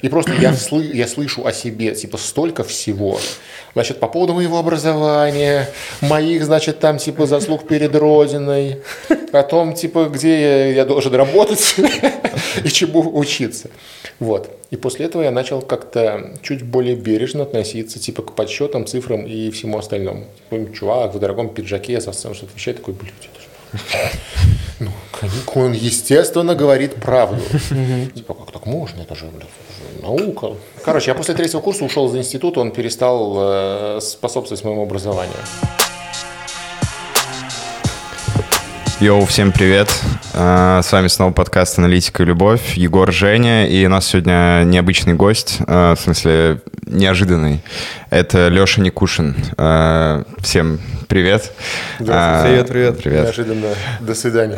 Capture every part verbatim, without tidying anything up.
И просто я, сл- я слышу о себе, типа, столько всего. Значит, по поводу моего образования, моих, значит, там, типа, заслуг перед Родиной, о том, типа, где я, я должен работать и чему учиться. Вот. И после этого я начал как-то чуть более бережно относиться, типа, к подсчетам, цифрам и всему остальному. Типа, чувак в дорогом пиджаке со сцены что-то вещает, такой, блядь, это же... Ну, он, естественно, говорит правду. Типа, как так можно? Это же наука. Короче, я после третьего курса ушел из института, он перестал э, способствовать моему образованию. Йоу, всем привет. С вами снова подкаст «Аналитика и любовь». Егор, Женя, и у нас сегодня необычный гость, в смысле неожиданный. Это Леша Никушин. Всем привет. Здравствуйте. Привет, привет. Привет. Неожиданно. До свидания.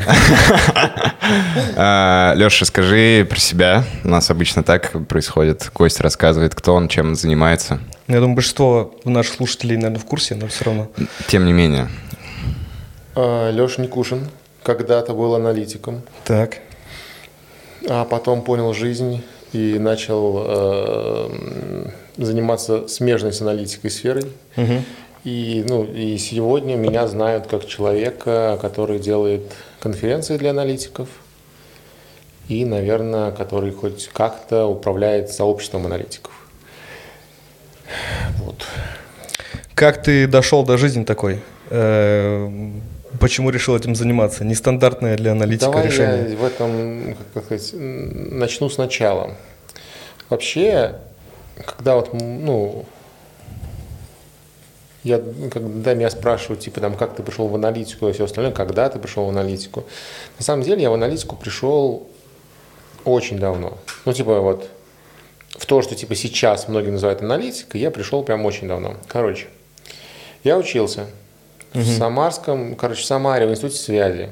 Леша, скажи про себя. У нас обычно так происходит. Гость рассказывает, кто он, чем он занимается. Я думаю, большинство наших слушателей, наверное, в курсе, но все равно. Тем не менее. Леша Никушин когда-то был аналитиком. Так. А потом понял жизнь и начал э, заниматься смежной с аналитикой сферой. Угу. И, ну, и сегодня меня знают как человека, который делает конференции для аналитиков и, наверное, который хоть как-то управляет сообществом аналитиков. Вот. Как ты дошел до жизни такой? Почему решил этим заниматься? Нестандартное для аналитика Давай решение. Давай я в этом, как сказать, начну сначала. Вообще, когда вот, ну, я, когда меня спрашивают, типа, там, как ты пришел в аналитику и все остальное, когда ты пришел в аналитику, на самом деле я в аналитику пришел очень давно. Ну, типа, вот, в то, что, типа, сейчас многие называют аналитикой, я пришел прям очень давно. Короче, я учился в Самарском, короче, в Самаре, в институте связи.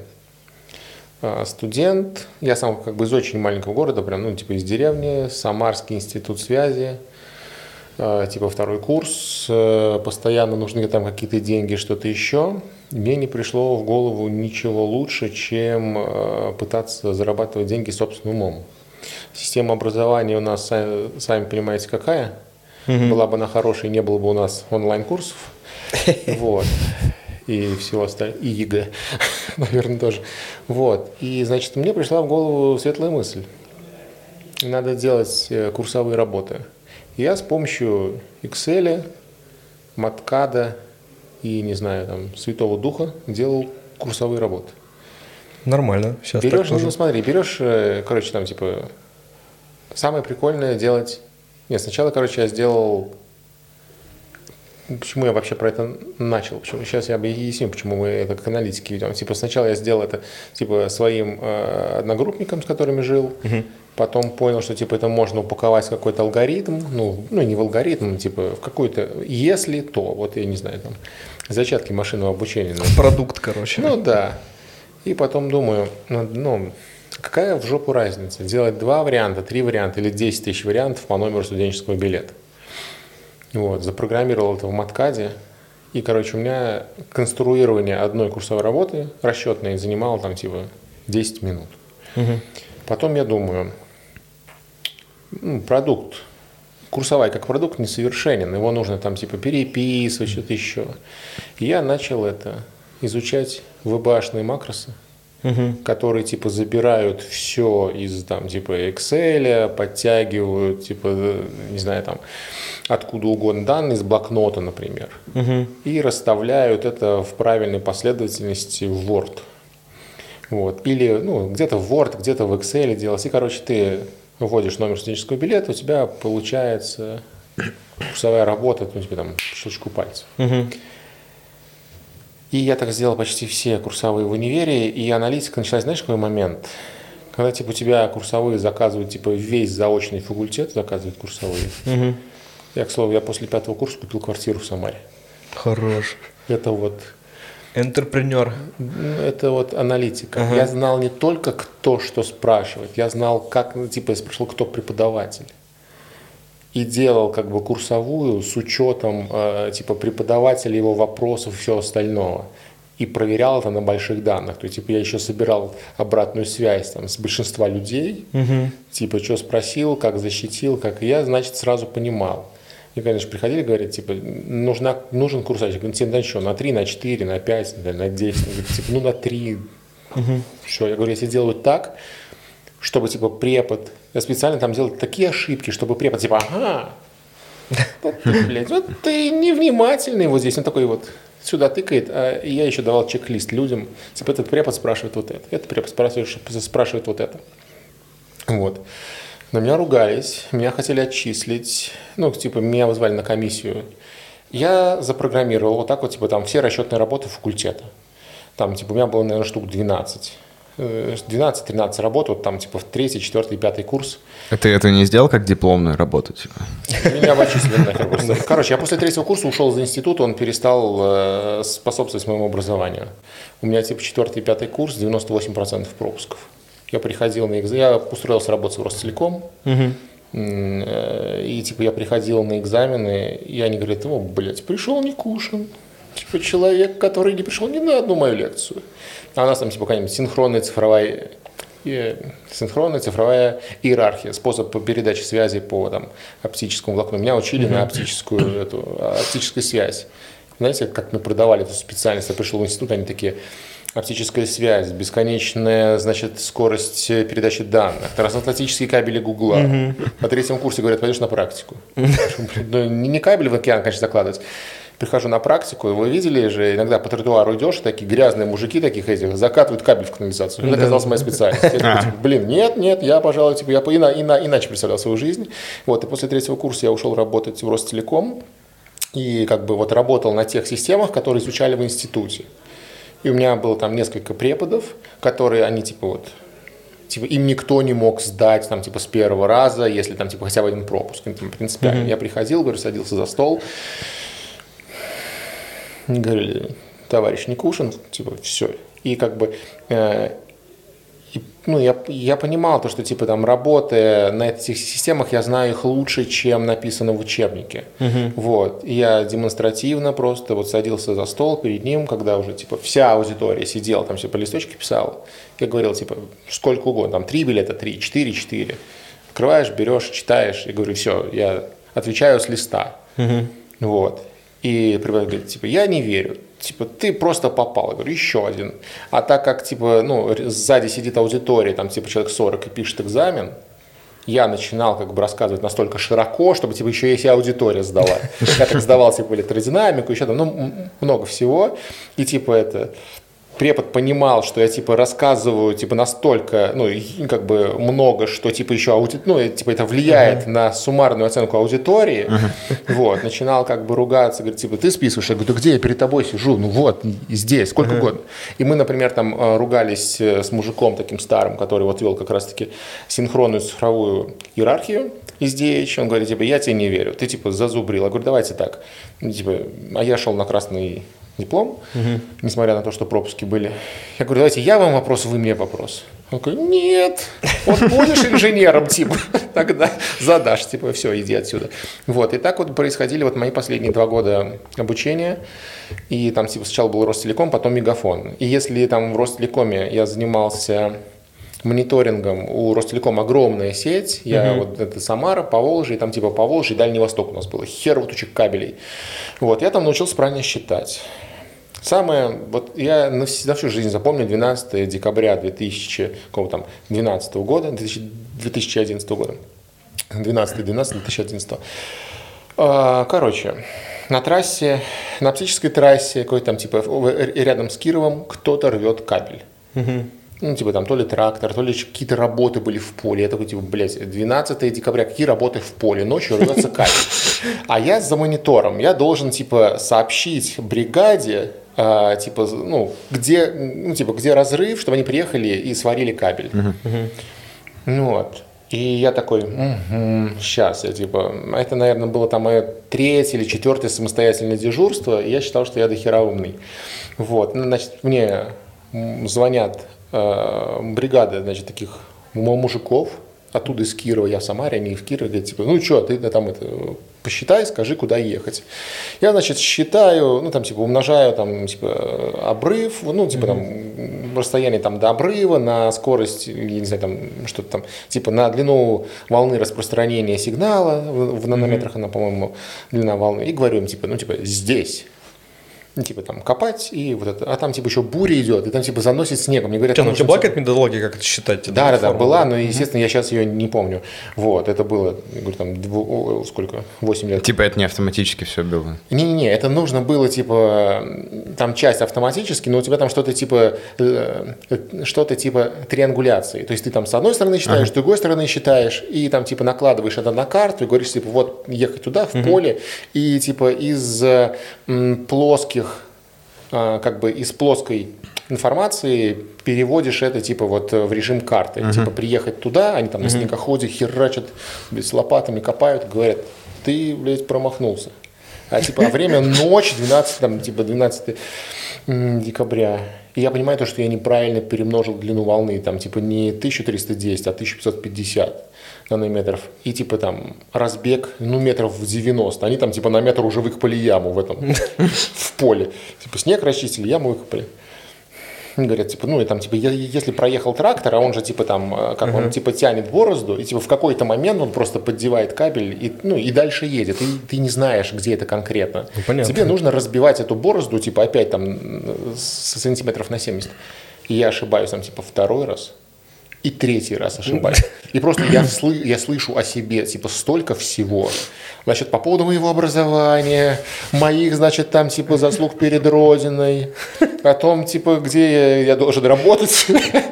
Студент, я сам как бы из очень маленького города, прям, ну, типа из деревни, Самарский институт связи, типа второй курс, постоянно нужны там какие-то деньги, что-то еще. Мне не пришло в голову ничего лучше, чем пытаться зарабатывать деньги собственным умом. Система образования у нас, сами понимаете, какая. Mm-hmm. Была бы она хорошей, не было бы у нас онлайн-курсов. Вот. И всего остального, и ЕГЭ, наверное, тоже. Вот. И, значит, мне пришла в голову светлая мысль. Надо делать курсовые работы. И я с помощью Excel, Маткада и, не знаю, там, Святого Духа делал курсовые работы. Нормально. Сейчас берешь, так ну, смотри, берешь, короче, там, типа, самое прикольное делать... Нет, сначала, короче, я сделал... Почему я вообще про это начал? Почему? Сейчас я объясню, почему мы это как аналитики ведем. Типа сначала я сделал это типа своим э, одногруппникам, с которыми жил. Uh-huh. Потом понял, что типа это можно упаковать в какой-то алгоритм. Ну, ну не в алгоритм, типа в какой-то если то. Вот я не знзнаю, там зачатки машинного обучения. Продукт, короче. Ну да. И потом думаю, ну, какая в жопу разница? Делать два варианта, три варианта или десять тысяч вариантов по номеру студенческого билета. Вот, запрограммировал это в Маткаде, и, короче, у меня конструирование одной курсовой работы расчетной занимало там типа десять минут. Угу. Потом я думаю, ну, продукт, курсовая как продукт несовершенен, его нужно там типа переписывать, что-то еще. И я начал это изучать ви би эй-шные макросы, угу. которые типа забирают все из там типа Excel, подтягивают типа, не знаю, там откуда угодно данные, из блокнота, например, угу. и расставляют это в правильной последовательности в Word. Вот. Или ну, где-то в Word, где-то в Excel делать. И, короче, ты вводишь номер студенческого билета, у тебя получается курсовая работа, ну, тебе там щелчку пальцев. Угу. И я так сделал почти все курсовые в универе, и аналитика началась, знаешь, какой момент? Когда типа у тебя курсовые заказывают, типа весь заочный факультет заказывает курсовые. Угу. Я, к слову, я после пятого курса купил квартиру в Самаре. Хорош. Это вот... Энтерпренер. Это вот аналитика. Ага. Я знал не только кто что спрашивать, я знал, как, ну, типа, я спрашивал, кто преподаватель. И делал как бы курсовую с учетом э, типа преподавателя, его вопросов и всего остального. и проверял это на больших данных. То есть, типа, я еще собирал обратную связь там, с большинства людей, угу. типа, что спросил, как защитил, как и я, значит, сразу понимал. И, конечно, приходили, говорят, типа, нужна, нужен курсачик. Я говорю, на что, на три, на четыре, на пять, на десять? Говорю, типа, ну, на три. Угу. Все, я говорю, если делают так, чтобы, типа, препод, я специально там делал такие ошибки, чтобы препод, типа, ага, вот ты, блядь, вот ты невнимательный вот здесь, он такой вот сюда тыкает, а я еще давал чек-лист людям, типа, этот препод спрашивает вот это, этот препод спрашивает, спрашивает вот это. Вот. На меня ругались, меня хотели отчислить, ну, типа, меня вызвали на комиссию. Я запрограммировал вот так вот, типа, там, все расчетные работы факультета. Там, типа, у меня было, наверное, штук двенадцать. двенадцать-тринадцать работ, вот там, типа, в третий, четвертый, пятый курс. А ты это не сделал как дипломную работу, типа? Меня отчислили нахер просто. Короче, я после третьего курса ушел из института, он перестал способствовать моему образованию. У меня, типа, четвертый и пятый курс, девяносто восемь процентов пропусков. Я приходил на экзамен, я устроился работать в Ростелеком, угу. и типа я приходил на экзамены, и они говорят, о, блядь, пришел Никушин, типа человек, который не пришел ни на одну мою лекцию. А у нас там типа какая-нибудь синхронная цифровая, синхронная цифровая иерархия, способ передачи связи по там, оптическому волокну. Меня учили угу. на оптическую, эту, оптическую связь. Знаете, как мы продавали эту специальность, я пришел в институт, они такие... Оптическая связь, бесконечная, значит, скорость передачи данных, трансатлантические кабели Гугла. Mm-hmm. На третьем курсе говорят, пойдешь на практику. Mm-hmm. Не кабели в океан, конечно, закладывать. Прихожу на практику, вы видели же, иногда по тротуару идешь, такие грязные мужики таких этих закатывают кабель в канализацию. Это оказалась моя специальность. Я такой, типа, блин, нет, нет, я, пожалуй, типа, я ина, ина, иначе представлял свою жизнь. Вот, и после третьего курса я ушел работать в Ростелеком и как бы вот работал на тех системах, которые изучали в институте. И у меня было там несколько преподов, которые, они типа вот, типа им никто не мог сдать там типа с первого раза, если там типа хотя бы один пропуск, там, принципиально. Mm-hmm. Я приходил, говорю, садился за стол, и говорили, товарищ Никушин, типа все. И как бы, э, и, ну я, я понимал то, что типа там работая на этих системах, я знаю их лучше, чем написано в учебнике. Uh-huh. Вот. И я демонстративно просто вот садился за стол перед ним, когда уже типа вся аудитория сидела, там все по листочке писал. Я говорил типа сколько угодно, там три билета, три, четыре, четыре. Открываешь, берешь, читаешь, и говорю, все, я отвечаю с листа. Uh-huh. Вот. И преподаватель говорит, типа, я не верю. Типа, ты просто попал. Я говорю, еще один. А так как, типа, ну, сзади сидит аудитория, там, типа, человек сорок и пишет экзамен, я начинал, как бы, рассказывать настолько широко, чтобы, типа, еще если аудитория сдала. Я так сдавал, типа, электродинамику, еще там, ну, много всего. И, типа, это... Препод понимал, что я, типа, рассказываю, типа, настолько, ну, как бы, много, что, типа, еще ауди... ну, типа, это влияет uh-huh. на суммарную оценку аудитории. Uh-huh. Вот, начинал, как бы, ругаться, говорит, типа, ты списываешь? Я говорю, да где я перед тобой сижу? Ну, вот, здесь, сколько uh-huh. угодно. И мы, например, там, ругались с мужиком таким старым, который вот вел как раз-таки синхронную цифровую иерархию из ди эйч. Он говорит, типа, я тебе не верю, ты, типа, зазубрил. Я говорю, давайте так. Типа, а я шел на красный диплом, угу. несмотря на то, что пропуски были. Я говорю, давайте я вам вопрос, вы мне вопрос. Он говорит, нет, вот будешь инженером, типа, тогда задашь, типа, все, иди отсюда. Вот, и так вот происходили вот мои последние два года обучения, и там, типа, сначала был Ростелеком, потом Мегафон. И если там в Ростелекоме я занимался мониторингом, у Ростелекома огромная сеть, я uh-huh. вот это Самара, Поволжье, там типа Поволжье, Дальний Восток у нас было, хер вот тучек кабелей. Вот, я там научился правильно считать. Самое, вот я на всю жизнь запомню двенадцатого декабря две тысячи двенадцатого года, две тысячи одиннадцатого года, двенадцатого двенадцатого две тысячи одиннадцатого. Короче, на трассе, на оптической трассе, какой-то там типа рядом с Кировом кто-то рвет кабель. Uh-huh. Ну, типа там то ли трактор, то ли какие-то работы были в поле. Я такой, типа, блядь, двенадцатого декабря, какие работы в поле? Ночью рвется кабель. А я за монитором, я должен, типа, сообщить бригаде, э, типа, ну, где, ну, типа, где разрыв, чтобы они приехали и сварили кабель. Uh-huh. Ну, вот. И я такой, угу, сейчас, я, типа, это, наверное, было там мое третье или четвертое самостоятельное дежурство, и я считал, что я дохера умный. Вот, ну, значит, мне звонят бригады, значит, таких мужиков, оттуда из Кирова, я в Самаре, они в Кирове, говорят, типа, ну что, ты там это, посчитай, скажи, куда ехать. Я, значит, считаю, ну, там, типа, умножаю, там, типа, обрыв, ну, типа, mm-hmm. там, расстояние там до обрыва, на скорость, я не знаю, там, что-то там, типа, на длину волны распространения сигнала, в, в нанометрах mm-hmm. она, по-моему, длина волны, и говорю им, типа, ну, типа, здесь. Ну, типа там копать и вот это, а там типа еще буря идет, и там типа заносит снегом. Мне говорят, Сейчас, ну, у тебя была типа... какая-то методология, как это считать? Да, да, да, была, но, естественно, я сейчас ее не помню. Вот, это было, я говорю, там, дв... сколько, восемь лет. Типа это не автоматически все было? Не-не-не, это нужно было, типа, там часть автоматически, но у тебя там что-то типа, что-то типа триангуляции. То есть ты там с одной стороны считаешь, ага. с другой стороны считаешь, и там типа накладываешь это на карту и говоришь, типа, вот ехать туда, в угу. поле, и типа из м, плоских как бы из плоской информации переводишь это типа вот в режим карты. Uh-huh. Типа приехать туда, они там uh-huh. на снегоходе херачат, с лопатами копают, говорят, ты, блядь, промахнулся. А типа время ночь, двенадцатое, там, типа двенадцатое декабря. И я понимаю то, что я неправильно перемножил длину волны, там типа не тысяча триста десять, а тысяча пятьсот пятьдесят нанометров. И типа там разбег, ну, метров в девяносто. Они там типа на метр уже выкопали яму в этом, в поле. Типа снег расчистили, яму выкопали. Говорят, типа, ну, и там, типа, если проехал трактор, а он же, типа, там, как uh-huh. он, типа, тянет борозду, и, типа, в какой-то момент он просто поддевает кабель, и, ну, и дальше едет, и ты не знаешь, где это конкретно. Ну, тебе нужно разбивать эту борозду, типа, опять, там, с сантиметров на семьдесят. И я ошибаюсь, там, типа, второй раз. И третий раз ошибаюсь. И просто я, сл- я слышу о себе, типа, столько всего. Значит, по поводу моего образования, моих, значит, там, типа, заслуг перед Родиной, о том, типа, где я должен работать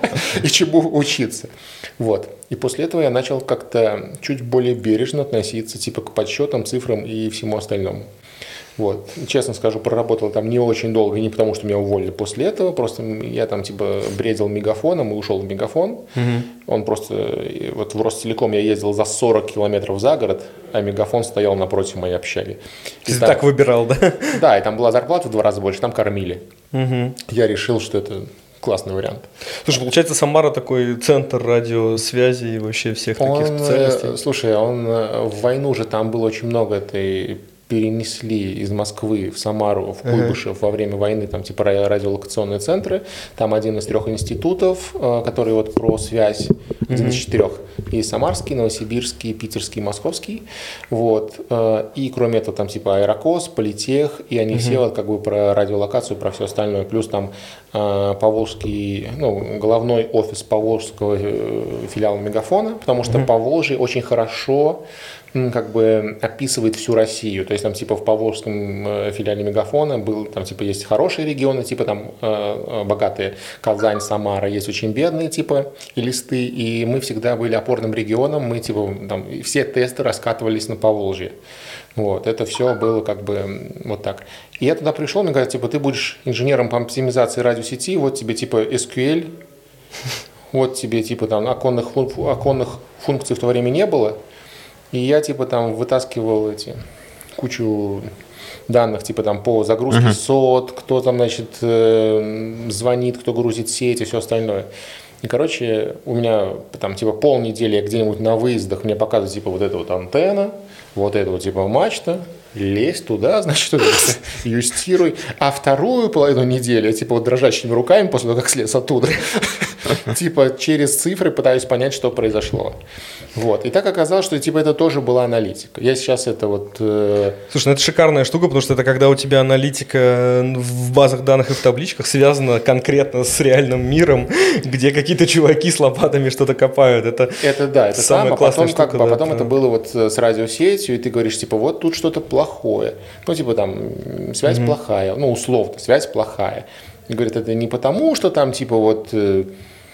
и чему учиться. Вот. И после этого я начал как-то чуть более бережно относиться, типа, к подсчетам, цифрам и всему остальному. Вот. Честно скажу, проработал там не очень долго, не потому что меня уволили после этого, просто я там типа бредил мегафоном и ушел в мегафон. Угу. Он просто, вот в Ростелеком я ездил за сорок километров за город, а мегафон стоял напротив моей общаги. Ты там, так выбирал, да? Да, и там была зарплата в два раза больше, там кормили. Угу. Я решил, что это классный вариант. Слушай, получается, Самара такой центр радиосвязи и вообще всех таких он, специальностей. Слушай, он в войну же там было очень много этой... перенесли из Москвы в Самару, в Куйбышев uh-huh. во время войны, там типа радиолокационные центры, там один из трех институтов, который вот про связь, uh-huh. один из четырех, есть Самарский, Новосибирский, Питерский, Московский, вот, и кроме этого там типа Аэрокос, Политех, и они uh-huh. все вот как бы про радиолокацию, про все остальное, плюс там Поволжский, ну, головной офис Поволжского филиала Мегафона, потому что uh-huh. Поволжье очень хорошо как бы описывает всю Россию, то есть там типа в Поволжском филиале Мегафона был, там типа есть хорошие регионы, типа там э, богатые, Казань, Самара, есть очень бедные типа и листы, и мы всегда были опорным регионом, мы типа там все тесты раскатывались на Поволжье, вот, это все было как бы вот так. И я туда пришел, мне говорят, типа ты будешь инженером по оптимизации радиосети, вот тебе типа эс кью эль, вот тебе типа там оконных, фун- оконных функций в то время не было. И я типа там вытаскивал эти кучу данных типа там по загрузке uh-huh. сот, кто там значит звонит, кто грузит сеть и все остальное. И короче у меня там типа полнедели я где-нибудь на выездах мне показывают типа вот эта вот антенна, вот эта вот типа мачта, лезь туда, значит, юстируй. А вторую половину недели я типа вот дрожащими руками после того, как слез оттуда, типа через цифры пытаюсь понять, что произошло. Вот. И так оказалось, что типа это тоже была аналитика. Я сейчас это вот... Э... Слушай, ну это шикарная штука, потому что это когда у тебя аналитика в базах данных и в табличках связана конкретно с реальным миром, где какие-то чуваки с лопатами что-то копают. Это, это да, это самая там, классная а потом, штука. Как, да, а потом это... это было вот с радиосетью, и ты говоришь, типа, вот тут что-то плохое. Ну, типа там связь mm-hmm. плохая, ну, условно, связь плохая. И говорят, это не потому, что там типа вот... Э...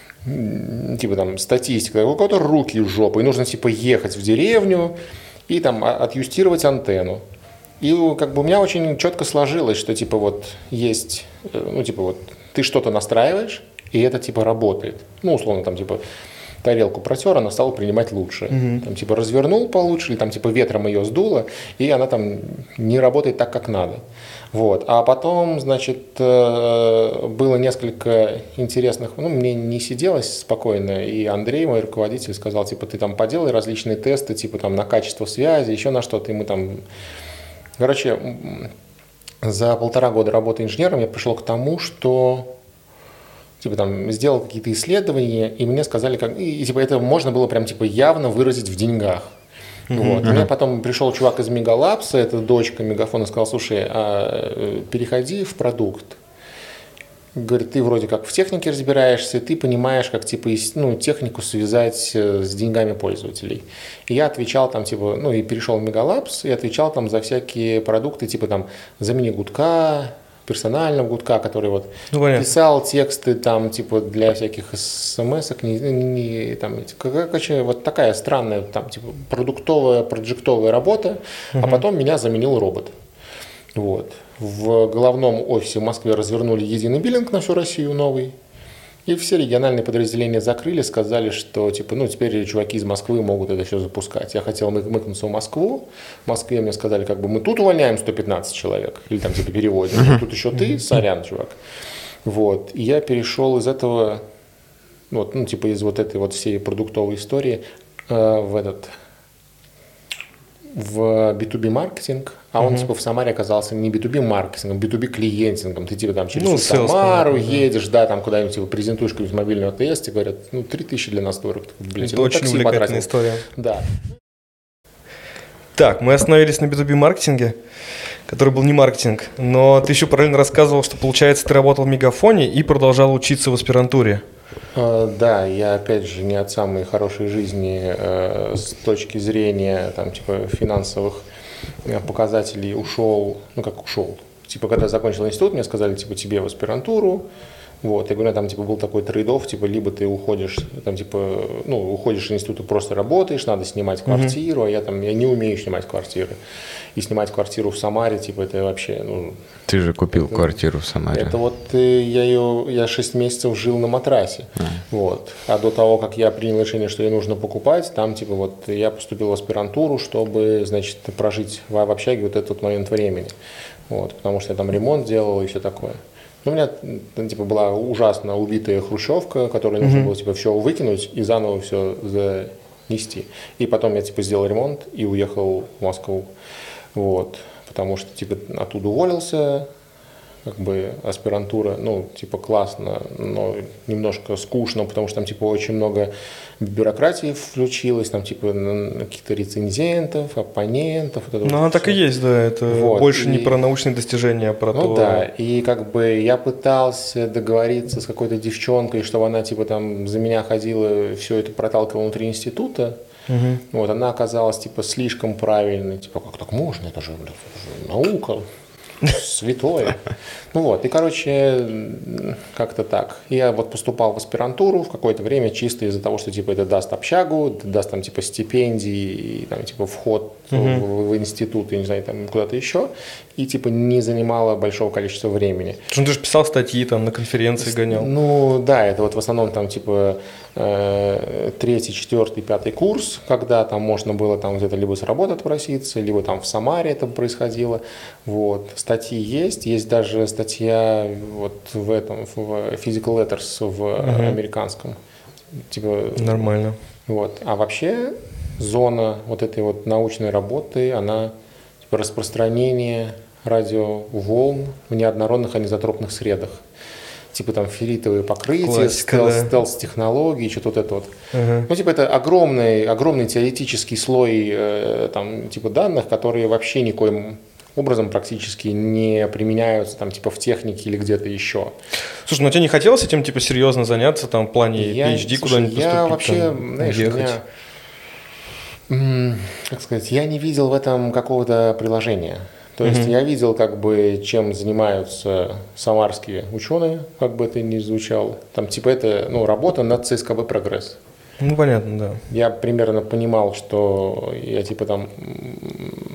типа там статистика, у кого-то руки в жопу, и нужно типа ехать в деревню и там отъюстировать антенну. И как бы у меня очень четко сложилось, что типа вот есть, ну типа вот ты что-то настраиваешь, и это типа работает. Ну условно там типа тарелку протер, она стала принимать лучше. Мгм. Там, типа, развернул получше, или там, типа, ветром ее сдуло, и она там не работает так, как надо. Вот. А потом, значит, э, было несколько интересных, ну, мне не сиделось спокойно, и Андрей, мой руководитель, сказал, типа, ты там поделай различные тесты, типа, там, на качество связи, еще на что-то, и мы там... Короче, м, за полтора года работы инженером я пришел к тому, что типа там сделал какие-то исследования, и мне сказали, как, и, и типа это можно было прям типа явно выразить в деньгах. Вот. У меня потом пришел чувак из Мегалабса, это дочка Мегафона, сказал, слушай, а э, переходи в продукт. Говорит, ты вроде как в технике разбираешься, ты понимаешь, как типа из- ну, технику связать э, с деньгами пользователей. И я отвечал там, типа, ну и перешел в Мегалабс, и отвечал там за всякие продукты, типа там замени гудка, персонального гудка, который вот Ну, понятно. писал тексты там, типа, для всяких смс-ок, не, не, там, эти- короче, вот такая странная, там, типа, продуктовая, проджектовая работа, а потом меня заменил робот. Вот. В головном офисе в Москве развернули единый биллинг на всю Россию новый, и все региональные подразделения закрыли, сказали, что, типа, ну, теперь чуваки из Москвы могут это все запускать. Я хотел мы- мыкнуться в Москву, в Москве мне сказали, как бы, мы тут увольняем сто пятнадцать человек, или там, типа, переводим, тут еще ты, сорян, чувак. Вот, и я перешел из этого, вот, ну, типа, из вот этой вот всей продуктовой истории э, в этот, в би ту би маркетинг, а он, типа, в Самаре оказался не би ту би маркетингом, би ту би клиентингом. Ты, типа, там через Ну, всю sales, Самару понятно, да. едешь, да, там куда-нибудь, типа, презентуешь какой-нибудь мобильный о тэ эс, тебе говорят, ну, три тысячи для нас дорого. Блядь, Это ну, очень такси увлекательная потратил. история. Да. Так, мы остановились на би ту би маркетинге, который был не маркетинг, но ты еще параллельно рассказывал, что, получается, ты работал в Мегафоне и продолжал учиться в аспирантуре. Э, Да, я опять же не от самой хорошей жизни э, с точки зрения там, типа, финансовых э, показателей ушел, ну как ушел. Типа, когда закончил институт, мне сказали, типа, тебе в аспирантуру. Вот, я говорю, там типа был такой трейд-офф, типа, либо ты уходишь, там, типа, ну, уходишь из института, просто работаешь, надо снимать квартиру, а я там, я не умею снимать квартиры. И снимать квартиру в Самаре, типа, это вообще, ну, Ты же купил квартиру в Самаре. это вот э, я ее, я шесть месяцев жил на матрасе, вот. А до того, как я принял решение, что ей нужно покупать, там, типа, вот, я поступил в аспирантуру, чтобы, значит, прожить в, в общаге вот этот момент времени, вот, потому что я там ремонт делал и все такое. Ну, у меня, ну, типа, была ужасно убитая хрущевка, которой нужно было, типа, все выкинуть и заново все занести. И потом я, типа, сделал ремонт и уехал в Москву, вот, потому что, типа, оттуда уволился. Как бы аспирантура, ну, типа, классно, но немножко скучно, потому что там, типа, очень много бюрократии включилось, там, типа, на каких-то рецензентов, оппонентов. Вот это Ну, вот она так и всё. есть, да, это Вот, больше не и- про научные достижения, а про Ну то... да, и как бы я пытался договориться с какой-то девчонкой, чтобы она, типа, там, за меня ходила, все это проталкивала внутри института. Мгм. Вот, она оказалась, типа, слишком правильной, типа, как так можно, это же, блядь, это же наука, святое. Ну вот, и, короче, м, как-то так. Я вот поступал в аспирантуру в какое-то время чисто из-за того, что, типа, это даст общагу, это даст, там, типа, стипендии, и, там, типа, вход в, в институт, и, не знаю, там, куда-то еще, и, типа, не занимало большого количества времени. Потому что ты же писал статьи, там, на конференции гонял. Ну да, это вот в основном там типа э, третий, четвертый, пятый курс, когда там можно было там где-то либо с работы отпроситься, либо там в Самаре это происходило. Вот. Статьи есть, есть даже статья вот в этом, в Physical Letters в американском. Типа, Нормально. вот. А вообще зона вот этой вот научной работы, она типа распространение радиоволн в неоднородных анизотропных средах. Типа там ферритовые покрытия, Классика, стелс, да. стелс-технологии, что-то вот это вот. Ага. Ну, типа, это огромный, огромный теоретический слой э, там, типа, данных, которые вообще никоим образом практически не применяются там, типа, в технике или где-то еще. Слушай, ну тебе не хотелось этим, типа, серьезно заняться, там, в плане Я- пи эйч ди слушай, куда-нибудь я поступить, вообще, там, знаешь, у уехать? меня, м, как сказать, я не видел в этом какого-то приложения. То есть я видел, как бы, чем занимаются самарские ученые, как бы это ни звучало. Там, типа, это, ну, работа над си эс ка бэ прогресс. Ну, понятно, да. Я примерно понимал, что я, типа, там м,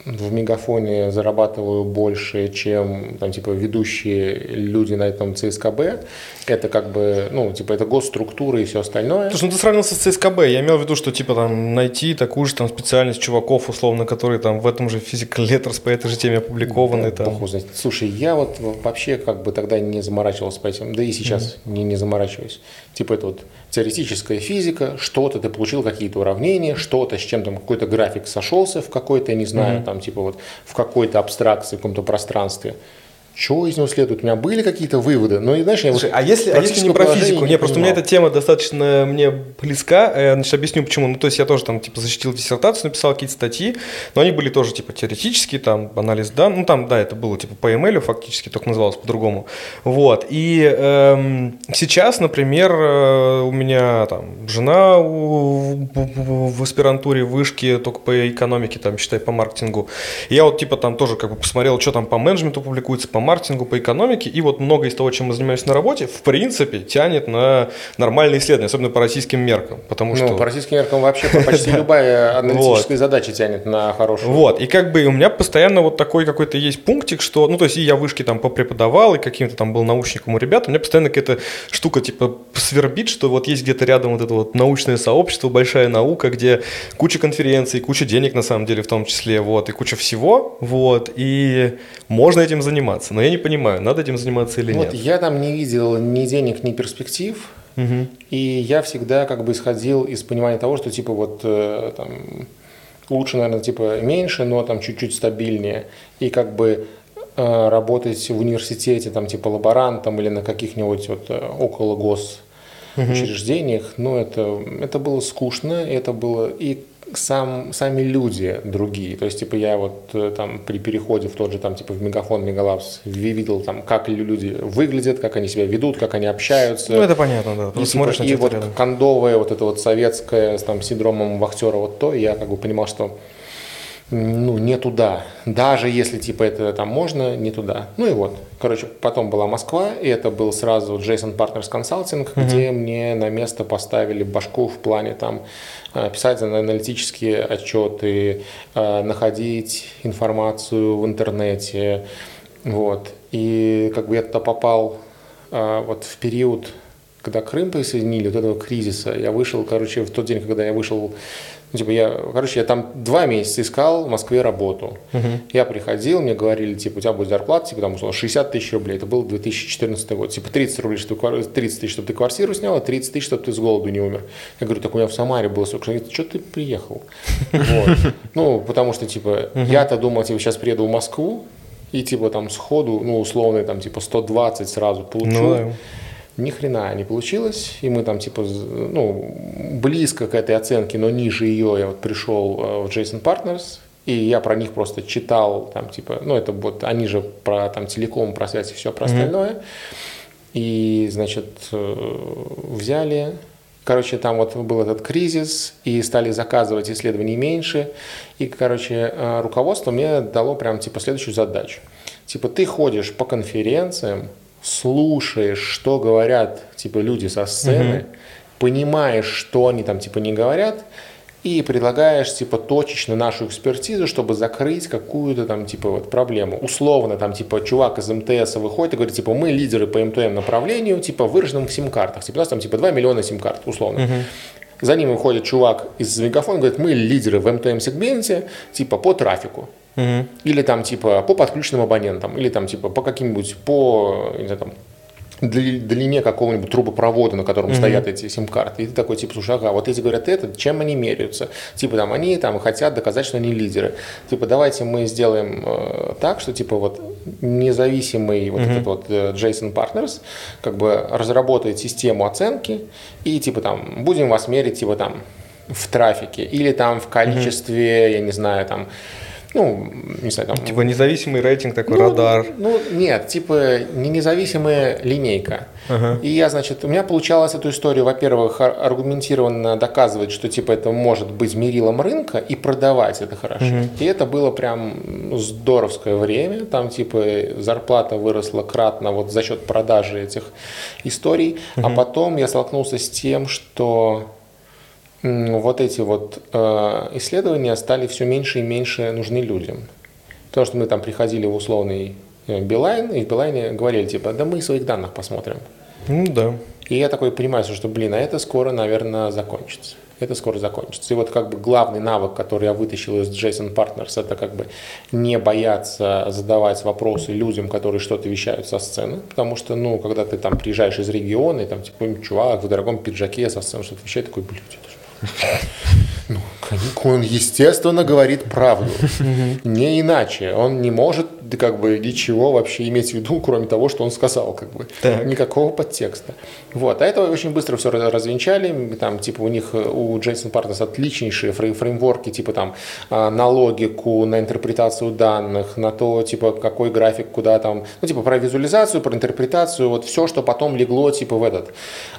в Мегафоне зарабатываю больше, чем там, типа, ведущие люди на этом ЦСКБ. Это как бы, ну, типа, это госструктура и все остальное. Слушай, ну ты сравнился с ЦСКБ. Я имел в виду, что типа там найти такую же там специальность чуваков, условно, которые там в этом же Physical Letters по этой же теме опубликованы. Да, там. Бог знает. Слушай, я вот вообще как бы тогда не заморачивался по этим, да и сейчас mm-hmm. не, не заморачиваюсь. Типа это вот теоретическая физика, что-то ты получил, какие-то уравнения, что-то с чем-то какой-то график сошелся в какой-то, я не знаю, mm-hmm. там типа вот в какой-то абстракции, в каком-то пространстве. Что из него следует? У меня были какие-то выводы, но, знаешь, я Слушай, вот а если, а если не про физику? Не, просто у меня эта тема достаточно мне близка, я, значит, объясню почему. Ну, то есть я тоже там, типа, защитил диссертацию, написал какие-то статьи, но они были тоже, типа, теоретические, там, анализ данных, ну, там, да, это было, типа, по эм эл фактически, только называлось по-другому. Вот, и эм, сейчас, например, у меня, там, жена в, в, в аспирантуре вышки только по экономике, там, считай, по маркетингу. И я вот, типа, там тоже, как бы, посмотрел, что там по менеджменту публикуется, по маркетингу, по экономике, и вот много из того, чем мы занимаемся на работе, в принципе, тянет на нормальные исследования, особенно по российским меркам, потому что... Ну, по российским меркам вообще почти любая аналитическая задача тянет на хорошую. Вот, и как бы у меня постоянно вот такой какой-то есть пунктик, что, ну, то есть и я вышки там попреподавал, и каким-то там был научником у ребят, у меня постоянно какая-то штука типа свербит, что вот есть где-то рядом вот это вот научное сообщество, большая наука, где куча конференций, куча денег на самом деле в том числе, вот, и куча всего, вот, и можно этим заниматься, но я не понимаю, надо этим заниматься или вот нет. Я там не видел ни денег, ни перспектив, угу. И я всегда как бы исходил из понимания того, что типа вот э, там лучше, наверное, типа меньше, но там чуть-чуть стабильнее, и как бы э, работать в университете там типа лаборантом или на каких-нибудь вот около гос учреждениях, ну это, это было скучно, это было и сам, сами люди другие, то есть типа я вот там при переходе в тот же там типа в Мегафон, Мегалабс видел там как люди выглядят, как они себя ведут, как они общаются. Ну это понятно, да. И, типа, и вот рядом. Кондовое вот это вот советское с там синдромом вахтера вот то, я как бы понимал, что ну, не туда. Даже если, типа, это там можно, не туда. Ну и вот. Короче, потом была Москва, и это был сразу Джейсон Partners Consulting, uh-huh. где мне на место поставили башку в плане там писать аналитические отчеты, находить информацию в интернете. Вот. И как бы я туда попал вот в период, когда Крым присоединили, вот этого кризиса. Я вышел, короче, в тот день, когда я вышел, ну, типа, я, короче, я там два месяца искал в Москве работу. Uh-huh. Я приходил, мне говорили, типа, у тебя будет зарплата, типа, там, условно, шестьдесят тысяч рублей. Это был две тысячи четырнадцатый год. Типа, тридцать рублей, чтобы, тридцать тысяч, чтобы ты квартиру снял, а тридцать тысяч, чтобы ты с голоду не умер. Я говорю, так у меня в Самаре было столько. Говорит, что ты приехал? Ну, потому что, типа, я-то думал, типа, сейчас приеду в Москву, и, типа, там, сходу, ну, условно, там, типа, сто двадцать сразу получу. Ни хрена не получилось, и мы там типа, ну, близко к этой оценке, но ниже ее я вот пришел в Джейсон Partners, и я про них просто читал, там типа, ну это вот, они же про там телеком, про связь и все про остальное, mm-hmm. и, значит, взяли, короче, там вот был этот кризис, и стали заказывать исследований меньше, и, короче, руководство мне дало прям типа следующую задачу, типа ты ходишь по конференциям, слушаешь, что говорят типа люди со сцены, uh-huh. понимаешь, что они там типа не говорят, и предлагаешь типа точечно нашу экспертизу, чтобы закрыть какую-то там типа вот проблему. Условно там типа чувак из эм тэ эс выходит и говорит, типа мы лидеры по эм тэ эм направлению, типа выраженным в сим-картах. Типа у нас там типа два миллиона сим-карт, условно. Uh-huh. За ним выходит чувак из Мегафона и говорит, мы лидеры в эм тэ эм-сегменте, типа по трафику. Uh-huh. Или там типа по подключенным абонентам, или там типа по каким-нибудь, по, не знаю, там, длине какого-нибудь трубопровода, на котором uh-huh. стоят эти сим-карты. И ты такой, типа, слушай, ага, вот эти говорят это, чем они меряются? Типа, там, они там хотят доказать, что они лидеры. Типа, давайте мы сделаем э, так, что, типа, вот, независимый вот uh-huh. этот вот Джейсон Partners, как бы, разработает систему оценки, и, типа, там, будем вас мерить, типа, там, в трафике, или там в количестве, uh-huh. я не знаю, там, ну, не знаю, там... Типа независимый рейтинг такой, ну, радар. Ну, нет, типа не независимая линейка. Uh-huh. И я, значит, у меня получалось эту историю, во-первых, аргументированно доказывать, что, типа, это может быть мерилом рынка, и продавать это хорошо. Uh-huh. И это было прям здоровское время. Там, типа, зарплата выросла кратно вот за счет продажи этих историй. Uh-huh. А потом я столкнулся с тем, что... вот эти вот э, исследования стали все меньше и меньше нужны людям. Потому что мы там приходили в условный Билайн, и в Билайне говорили, типа, да мы своих данных посмотрим. Ну да. И я такой понимаю, что, блин, а это скоро, наверное, закончится. Это скоро закончится. И вот как бы главный навык, который я вытащил из Джейсон Partners, это как бы не бояться задавать вопросы людям, которые что-то вещают со сцены. Потому что, ну, когда ты там приезжаешь из региона, и там, типа, чувак в дорогом пиджаке со сцены что-то вещает, такой, блин, это же... Ну, он, естественно, говорит правду. Не иначе. Он не может как бы ничего вообще иметь в виду, кроме того, что он сказал. Как бы. Никакого подтекста. Вот. А это очень быстро все развенчали. Там, типа, у них, у Джейсон Partners отличнейшие фреймворки, типа, там, на логику, на интерпретацию данных, на то, типа, какой график, куда там, ну, типа, про визуализацию, про интерпретацию, вот все, что потом легло, типа, в этот,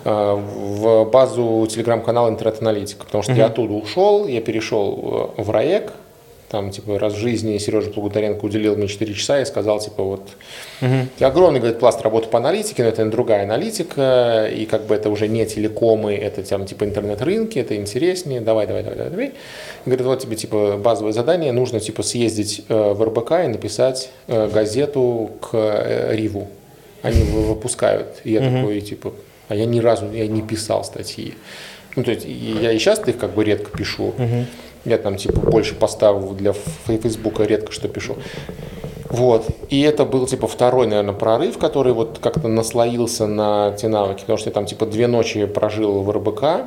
в базу телеграм-канала Интернет-аналитика. Потому что uh-huh. я оттуда ушел, я перешел в РАЭК, там, типа, раз в жизни Сережа Плугударенко уделил мне четыре часа и сказал, типа, вот, uh-huh. огромный, говорит, пласт работы по аналитике, но это другая аналитика, и как бы это уже не телекомы, это, там, типа, интернет-рынки, это интереснее, давай, давай, давай, давай. И говорит, вот тебе, типа, базовое задание, нужно, типа, съездить в эр бэ ка и написать газету к Риву. Они выпускают, и я uh-huh. такой, типа, а я ни разу, я не писал статьи. Ну, то есть, я и сейчас их как бы редко пишу. Uh-huh. Я там, типа, больше поставок для Фейсбука редко что пишу. Вот. И это был, типа, второй, наверное, прорыв, который вот как-то наслоился на те навыки. Потому что я там, типа, две ночи прожил в эр бэ ка.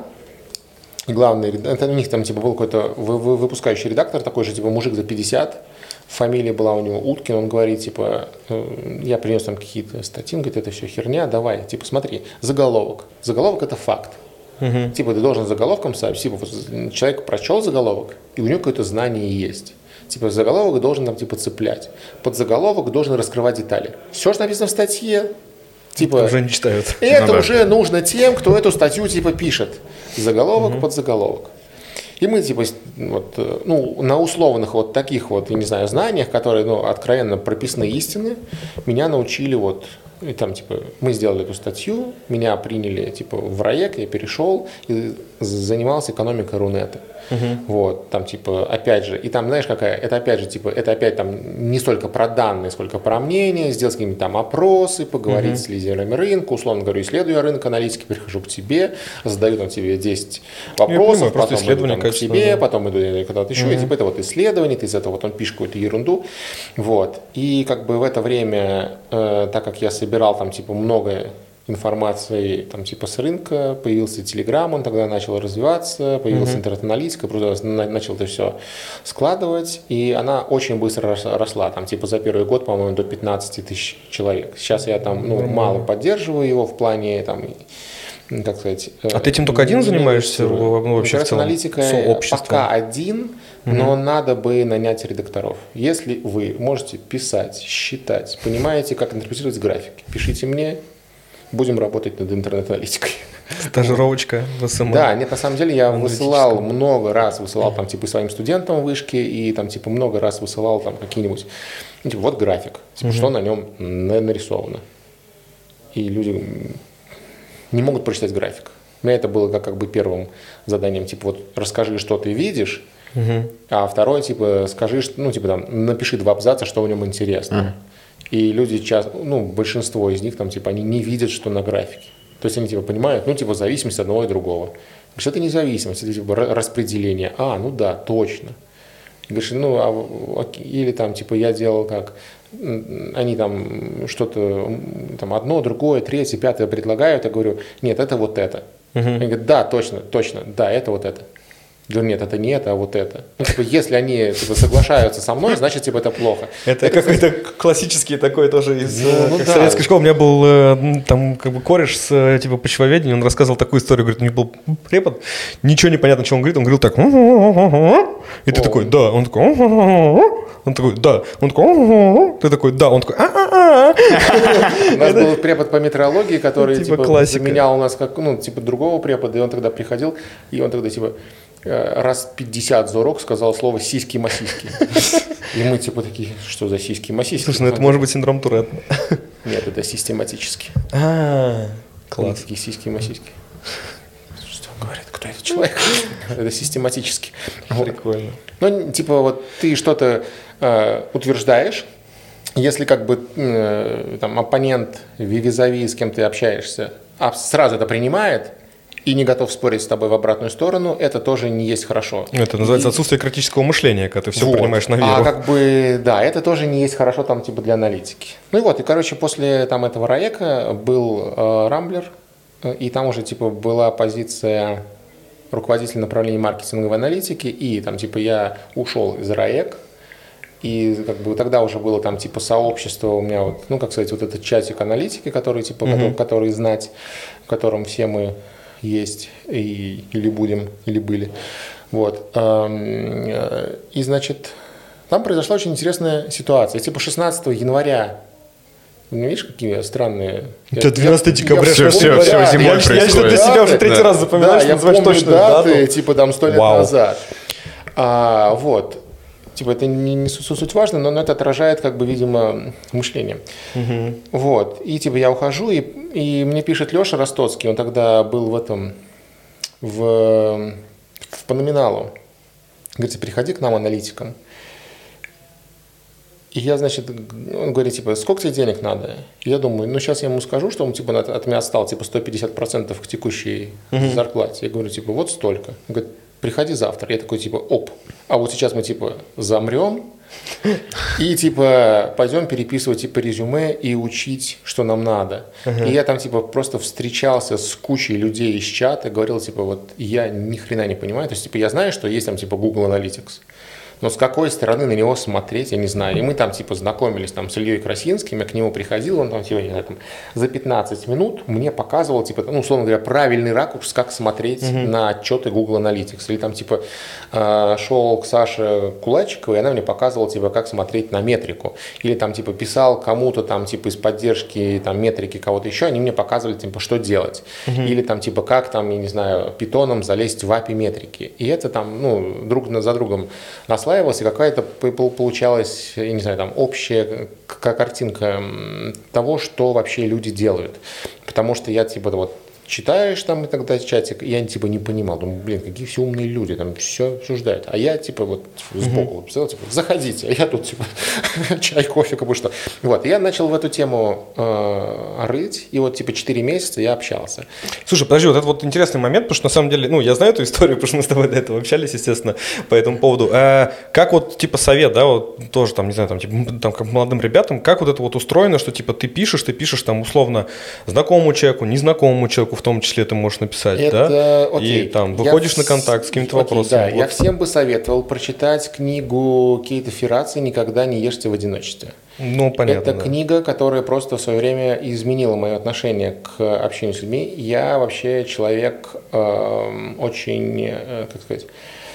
И главный, это у них там, типа, был какой-то выпускающий редактор, такой же, типа, мужик за пятьдесят. Фамилия была у него Уткин, он говорит, типа, я принес там какие-то статьи, он говорит, это все херня, давай, типа, смотри, заголовок. Заголовок – это факт. Uh-huh. Типа, ты должен заголовком сообщить, типа, человек прочел заголовок, и у него какое-то знание есть. Типа, заголовок должен нам, типа, цеплять. Под заголовок должен раскрывать детали. Все, что написано в статье, типа, уже не читают. Это ну, уже да. нужно тем, кто эту статью, типа, пишет. Заголовок uh-huh. под заголовок. И мы, типа, вот, ну, на условных вот таких вот, я не знаю, знаниях, которые, ну, откровенно прописные истины, меня научили вот, и там, типа, мы сделали эту статью, меня приняли, типа, в РАЭК, я перешел и занимался экономикой Рунета. Uh-huh. Вот, там, типа, опять же, и там, знаешь, какая, это опять же, типа, это опять там не столько про данные, сколько про мнение, сделать какие-нибудь там опросы, поговорить uh-huh. с лидерами рынка, условно говоря, исследую рынок аналитики, прихожу к тебе, задаю там тебе десять вопросов, понимаю, потом иду там, к тебе, да. потом иду куда-то еще, uh-huh. и типа, это вот исследование, ты из этого вот он пишет какую-то ерунду, вот, и как бы в это время, э, так как я собирал там, типа, много информации там, типа, с рынка, появился Telegram, он тогда начал развиваться, появилась uh-huh. интернет-аналитика, просто начал это все складывать, и она очень быстро росла, там, типа, за первый год, по-моему, до пятнадцать тысяч человек. Сейчас я там, ну, uh-huh. мало поддерживаю его в плане, там, как сказать... А ты этим только один занимаешься? Ну, вообще в целом? Интернет-аналитика пока один, uh-huh. но надо бы нанять редакторов. Если вы можете писать, считать, понимаете, как интерпретировать графики, пишите мне, будем работать над интернет-аналитикой. Стажировочка в СМ. Да, нет, на самом деле я высылал много раз, высылал там типа своим студентам в вышке и там типа много раз высылал там какие-нибудь, ну, типа, вот график, типа, угу. что на нем нарисовано. И люди не могут прочитать график. У меня это было как, как бы первым заданием, типа вот расскажи, что ты видишь, угу. а второе, типа скажи, ну типа там напиши два абзаца, что в нем интересно. Угу. И люди часто, ну, большинство из них там, типа, они не видят, что на графике. То есть они, типа, понимают, ну, типа, зависимость одного и другого. Говоришь, это не зависимость, это, типа, распределение. А, ну да, точно. Говоришь, ну, а, или там, типа, я делал как, они там что-то, там, одно, другое, третье, пятое предлагают, я говорю, нет, это вот это. Uh-huh. Они говорят, да, точно, точно, да, это вот это. Я говорю, нет, это не это, а вот это. Ну, типа, если они типа, соглашаются со мной, значит, типа, это плохо. Это, это какой-то классический такой тоже из ну, ну, да. советской школы. У меня был там как бы кореш с типа почвоведением, он рассказывал такую историю, говорит, у него был препод, ничего не понятно, что он говорит, он говорил так, и ты О. такой, да, он такой, он такой, да, он такой, ты такой, да, он такой, а-а-а. У нас был препод по метеорологии, который типа заменял у нас как, ну, типа другого препода, и он тогда приходил, и он тогда типа раз пятьдесят за урок сказал слово «сиськи-масиськи». И мы типа такие, что за сиськи-масиськи? Слушай, ну это может быть синдром Туретта. Нет, это систематически. А, класс. Такие сиськи-масиськи. Что он говорит? Кто про этот человек. Это систематически. Прикольно. Ну, типа, вот ты что-то э, утверждаешь, если как бы э, там оппонент визави, с кем ты общаешься, а сразу это принимает и не готов спорить с тобой в обратную сторону, это тоже не есть хорошо. Это называется и... отсутствие критического мышления, когда ты все вот. принимаешь на веру. А как бы, да, это тоже не есть хорошо там типа для аналитики. Ну и вот, и короче, после там этого Раека был э, Рамблер, и там уже типа была позиция руководителя направления маркетинговой аналитики, и там типа я ушел из Раек, и как бы тогда уже было там типа сообщество у меня, вот, ну как сказать, вот этот чатик аналитики, который типа, mm-hmm. который, который знать, в котором все мы есть и, или будем, или были. Вот. И значит, там произошла очень интересная ситуация. Типа шестнадцатого января, ну, видишь, какие странные... Это двенадцатого декабря. Все, все, все зимой происходит. Я что для себя уже третий раз запоминаю, что называешь точно даты, типа там сто лет назад. А, вот. Типа это не, не суть важно, но, но это отражает, как бы, видимо, мышление. Угу. Вот. И типа я ухожу, и, и мне пишет Леша Ростоцкий, он тогда был в этом, в, в по номиналу. Говорит, приходи к нам аналитикам. И я, значит, он говорит, типа, сколько тебе денег надо? И я думаю, ну сейчас я ему скажу, что он типа от меня отстал типа сто пятьдесят процентов к текущей угу. зарплате. Я говорю, типа, вот столько. Он говорит, приходи завтра. Я такой, типа, оп. А вот сейчас мы, типа, замрем и, типа, пойдем переписывать, типа, резюме и учить, что нам надо. Uh-huh. И я там, типа, просто встречался с кучей людей из чата, говорил, типа, вот, я ни хрена не понимаю. То есть, типа, я знаю, что есть там, типа, Google Analytics. Но с какой стороны на него смотреть, я не знаю. И мы там, типа, знакомились там с Ильей Красинским, я к нему приходил, он там, типа, не знаю, там, за пятнадцать минут мне показывал, типа, ну, условно говоря, правильный ракурс, как смотреть uh-huh. на отчеты Google Analytics. Или там, типа, шел к Саше Кулачиковой, и она мне показывала, типа, как смотреть на метрику. Или там, типа, писал кому-то там, типа, из поддержки там, метрики кого-то еще, они мне показывали, типа, что делать. Uh-huh. Или там, типа, как там, я не знаю, питоном залезть в эй пи ай метрики. И это там, ну, друг за другом нас и какая-то получалась, я не знаю, там общая картинка того, что вообще люди делают. Потому что я типа вот читаешь там и тогда чатик, и я типа не понимал, думаю, блин, какие все умные люди, там все обсуждают. А я типа вот сбоку вот писал, типа, заходите, а я тут типа чай, кофе, как бы что. Вот, и я начал в эту тему э, рыть, и вот типа четыре месяца я общался. Слушай, подожди, вот это вот интересный момент, потому что на самом деле, ну, я знаю эту историю, потому что мы с тобой до этого общались, естественно, по этому поводу. А как вот типа совет, да, вот тоже там, не знаю, там, типа, там как молодым ребятам, как вот это вот устроено, что типа ты пишешь, ты пишешь там условно знакомому человеку, незнакомому человеку, в том числе ты можешь написать, это, да? Окей. И там выходишь я на контакт с каким-то окей, вопросом. Да, вот. Я всем бы советовал прочитать книгу Кейта Ферраци «Никогда не ешьте в одиночестве». Ну, понятно. Это да. книга, которая просто в свое время изменила мое отношение к общению с людьми. Я вообще человек э, очень, э, как сказать,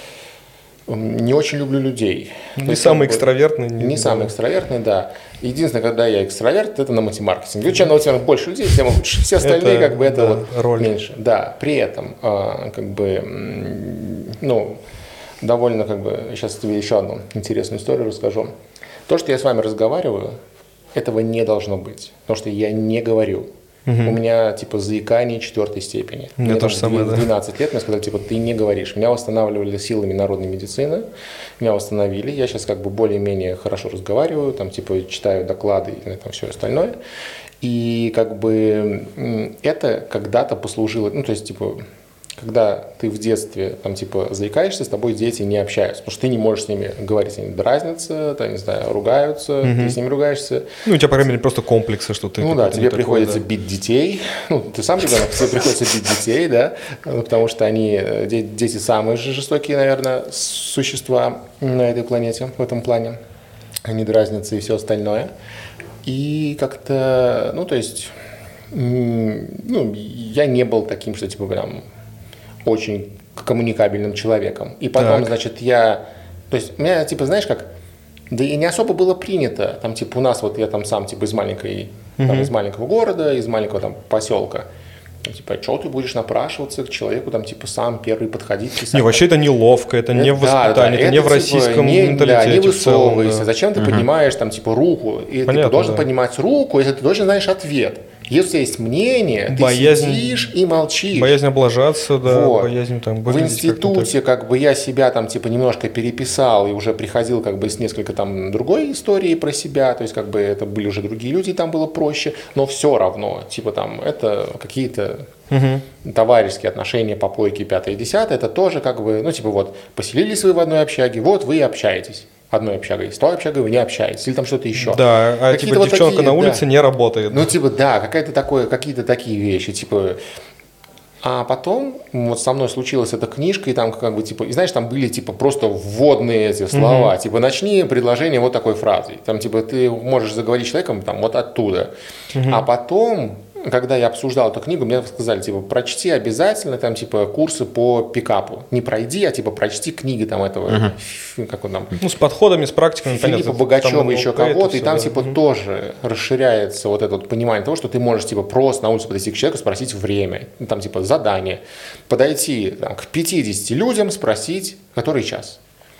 не очень люблю людей. Не самый как бы, экстравертный. Не, не самый экстравертный, да. Единственное, когда я экстраверт, это на мультимаркетинге. Чем на мультимаркетинге больше людей, тем лучше. Все остальные, это, как бы, это да, вот роль. меньше. Да, при этом, как бы, ну, довольно, как бы, сейчас тебе еще одну интересную историю расскажу. То, что я с вами разговариваю, этого не должно быть. Потому что я не говорю. Угу. У меня, типа, заикание четвертой степени. У меня тоже самое, да. двенадцать лет мне сказали, типа, ты не говоришь. Меня восстанавливали силами народной медицины. Меня восстановили. Я сейчас, как бы, более-менее хорошо разговариваю, там, типа, читаю доклады и там все остальное. И, как бы, это когда-то послужило, ну, то есть, типа, когда ты в детстве, там, типа, заикаешься, с тобой дети не общаются, потому что ты не можешь с ними говорить, они дразнятся, там, не знаю, ругаются, угу. ты с ними ругаешься. Ну, у тебя, по крайней мере, просто комплексы, что ты... Ну да, тебе приходится такой, да. бить детей, ну, ты сам ребенок, тебе приходится бить детей, да, потому что они, дети самые жестокие, наверное, существа на этой планете, в этом плане. Они дразнятся и все остальное. И как-то, ну, то есть, ну, я не был таким, что, типа, прям... очень коммуникабельным человеком. И потом, так. значит, я... То есть, у меня, типа, знаешь, как... Да и не особо было принято. Там, типа, у нас вот я там сам, типа, из маленькой... Uh-huh. Там, из маленького города, из маленького там поселка. Там, типа, что ты будешь напрашиваться к человеку, там, типа, сам первый подходить, писать. Не, вообще это неловко, это, это не в воспитании, да, да, это, это не в российском не, менталитете. Да, не высовывайся. Да. Зачем ты uh-huh. поднимаешь, там, типа, руку? И понятно, ты должен да. поднимать руку, если ты точно знаешь ответ. Если у тебя есть мнение, ты боязнь, сидишь и молчишь. Боязнь облажаться, да, вот. боязнь там в институте как бы я себя там типа немножко переписал и уже приходил как бы с несколько там другой истории про себя, то есть как бы это были уже другие люди, и там было проще, но все равно, типа там это какие-то угу. товарищеские отношения, попойки, пятое и десятое, это тоже как бы, ну типа вот поселились вы в одной общаге, вот вы и общаетесь. Одной общагой, с той общагой вы не общаетесь, или там что-то еще. Да, а типа вот девчонка такие, на улице да. не работает. Ну, типа, да, какая-то такое, какие-то такие вещи, типа. А потом вот со мной случилась эта книжка, и там как бы, типа, и знаешь, там были, типа, просто вводные эти слова, mm-hmm. типа, начни предложение вот такой фразой. Там, типа, ты можешь заговорить с человеком там вот оттуда. Mm-hmm. А потом, когда я обсуждал эту книгу, мне сказали, типа, прочти обязательно там, типа, курсы по пикапу. Не пройди, а, типа, прочти книги там этого, uh-huh. как он там. Ну, с подходами, с практиками, Филиппа Богачева, еще кого-то, и там, да. типа, uh-huh. тоже расширяется вот это вот понимание того, что ты можешь, типа, просто на улице подойти к человеку, спросить время, там, типа, задание, подойти там, к пятидесяти людям, спросить, который час.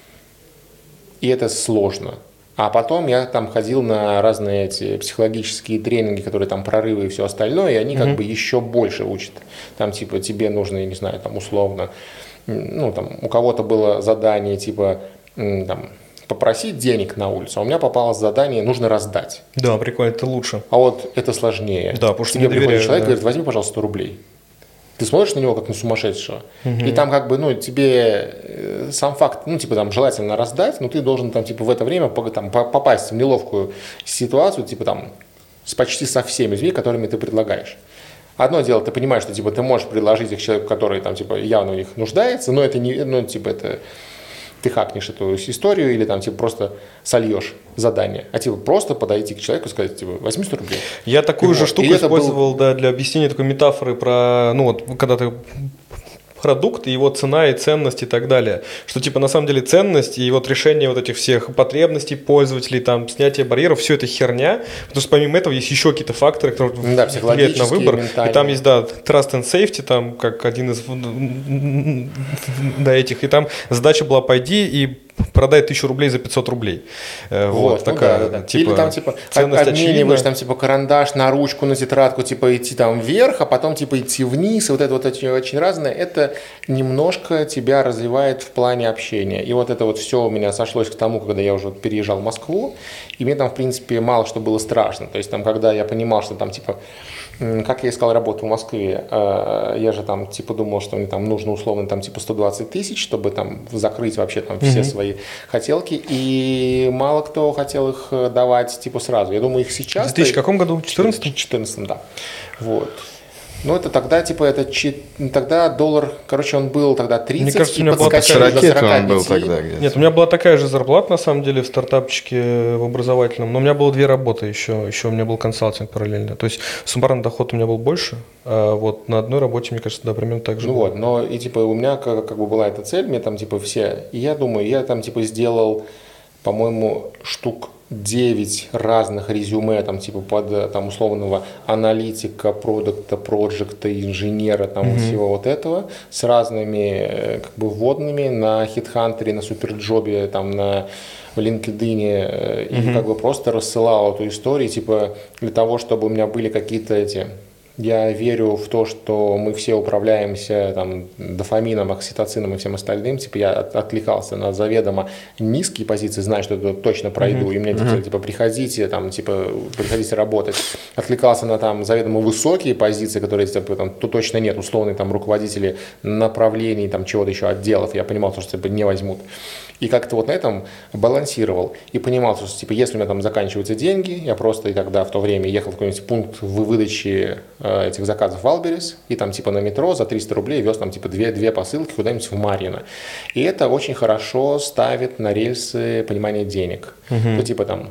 И это сложно. А потом я там ходил на разные эти психологические тренинги, которые там прорывы и все остальное, и они mm-hmm. как бы еще больше учат. Там типа тебе нужно, я не знаю, там условно, ну там у кого-то было задание типа там, попросить денег на улицу, а у меня попалось задание нужно раздать. Да, прикольно, это лучше. А вот это сложнее. Да, потому что тебе не приходит доверяю, человек и да. говорит, возьми, пожалуйста, сто рублей. Ты смотришь на него как на сумасшедшего, угу. и там как бы, ну, тебе сам факт, ну, типа, там, желательно раздать, но ты должен там, типа, в это время там, попасть в неловкую ситуацию, типа, там, с почти со всеми людьми, которыми ты предлагаешь. Одно дело, ты понимаешь, что, типа, ты можешь предложить их человеку, который, там, типа, явно в них нуждается, но это не, ну, типа, это... ты хакнешь эту историю или там типа просто сольешь задание, а типа просто подойти к человеку и сказать, типа, возьми сто рублей. Я такую и же вот. штуку использовал был... да, для объяснения такой метафоры про, ну вот, когда ты продукт, и его цена и ценность и так далее. Что типа на самом деле ценность и вот решение вот этих всех потребностей пользователей, там, снятие барьеров, все это херня, потому что помимо этого есть еще какие-то факторы, которые да, влияют на выбор. И там есть, да, trust and safety, там, как один из да, этих, и там задача была пойди и продай тысячу рублей за пятьсот рублей. Вот, вот такая, ну, да, да. Типа, или там, типа, обмениваешь там, типа, карандаш на ручку, на тетрадку, типа, идти там вверх, а потом, типа, идти вниз, и вот это вот очень, очень разное, это немножко тебя развивает в плане общения. И вот это вот все у меня сошлось к тому, когда я уже переезжал в Москву, и мне там, в принципе, мало что было страшно. То есть, там, когда я понимал, что там, типа, как я искал работу в Москве, я же там, типа, думал, что мне там нужно условно, там, типа, сто двадцать тысяч, чтобы там закрыть вообще там все mm-hmm. свои хотелки, и мало кто хотел их давать, типа, сразу. Я думаю, их сейчас... В две тысячи каком году? В две тысячи четырнадцатом? В две тысячи четырнадцатом, да. Вот. Ну, это тогда, типа, это тогда доллар, короче, он был тогда тридцать. Мне кажется, у меня была такая же он был тогда где-то. Нет, у меня была такая же зарплата, на самом деле, в стартапчике в образовательном, но у меня было две работы еще, еще у меня был консалтинг параллельно. То есть суммарный доход у меня был больше, а вот на одной работе, мне кажется, да, примерно так же. Ну было. вот, но и, типа, у меня как, как бы была эта цель, мне там, типа, все, и я думаю, я там, типа, сделал, по-моему, штук девять разных резюме, там, типа, под, там, условного аналитика, продукта, проекта, инженера, там, mm-hmm. всего вот этого, с разными, как бы, вводными на HeadHunter, на Суперджобе, там, на в LinkedIn, mm-hmm. и, как бы, просто рассылал эту историю, типа, для того, чтобы у меня были какие-то эти... Я верю в то, что мы все управляемся там, дофамином, окситоцином и всем остальным. Типа я от, отвлекался на заведомо низкие позиции, зная, что это точно пройду. Mm-hmm. И мне mm-hmm. типа приходите, там, типа, приходите работать. Отвлекался на там, заведомо высокие позиции, которые типа, там, то точно нет. Условные там, руководители направлений, там, чего-то еще отделов. Я понимал, что типа, не возьмут. И как-то вот на этом балансировал. И понимал, что типа, если у меня там заканчиваются деньги, я просто и тогда в то время ехал в какой-нибудь пункт выдачи э, этих заказов в Валберес, и там типа на метро за триста рублей вез там типа две, две посылки куда-нибудь в Марьино. И это очень хорошо ставит на рельсы понимания денег. Угу. Ну, типа там,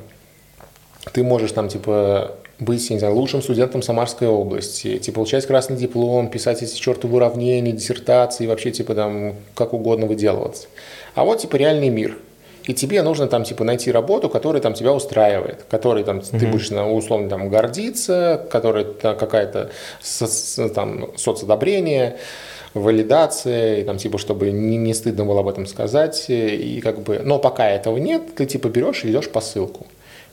ты можешь там типа быть, не знаю, лучшим студентом Самарской области, типа получать красный диплом, писать эти чертовы уравнения, диссертации, вообще типа там как угодно выделываться. А вот типа реальный мир. И тебе нужно там типа найти работу, которая там тебя устраивает, которой там mm-hmm. ты будешь ну, условно там гордиться, которая там, какая-то со, там соцодобрение, валидация, и там типа чтобы не, не стыдно было об этом сказать, и как бы, но пока этого нет, ты типа берешь и идешь по ссылку.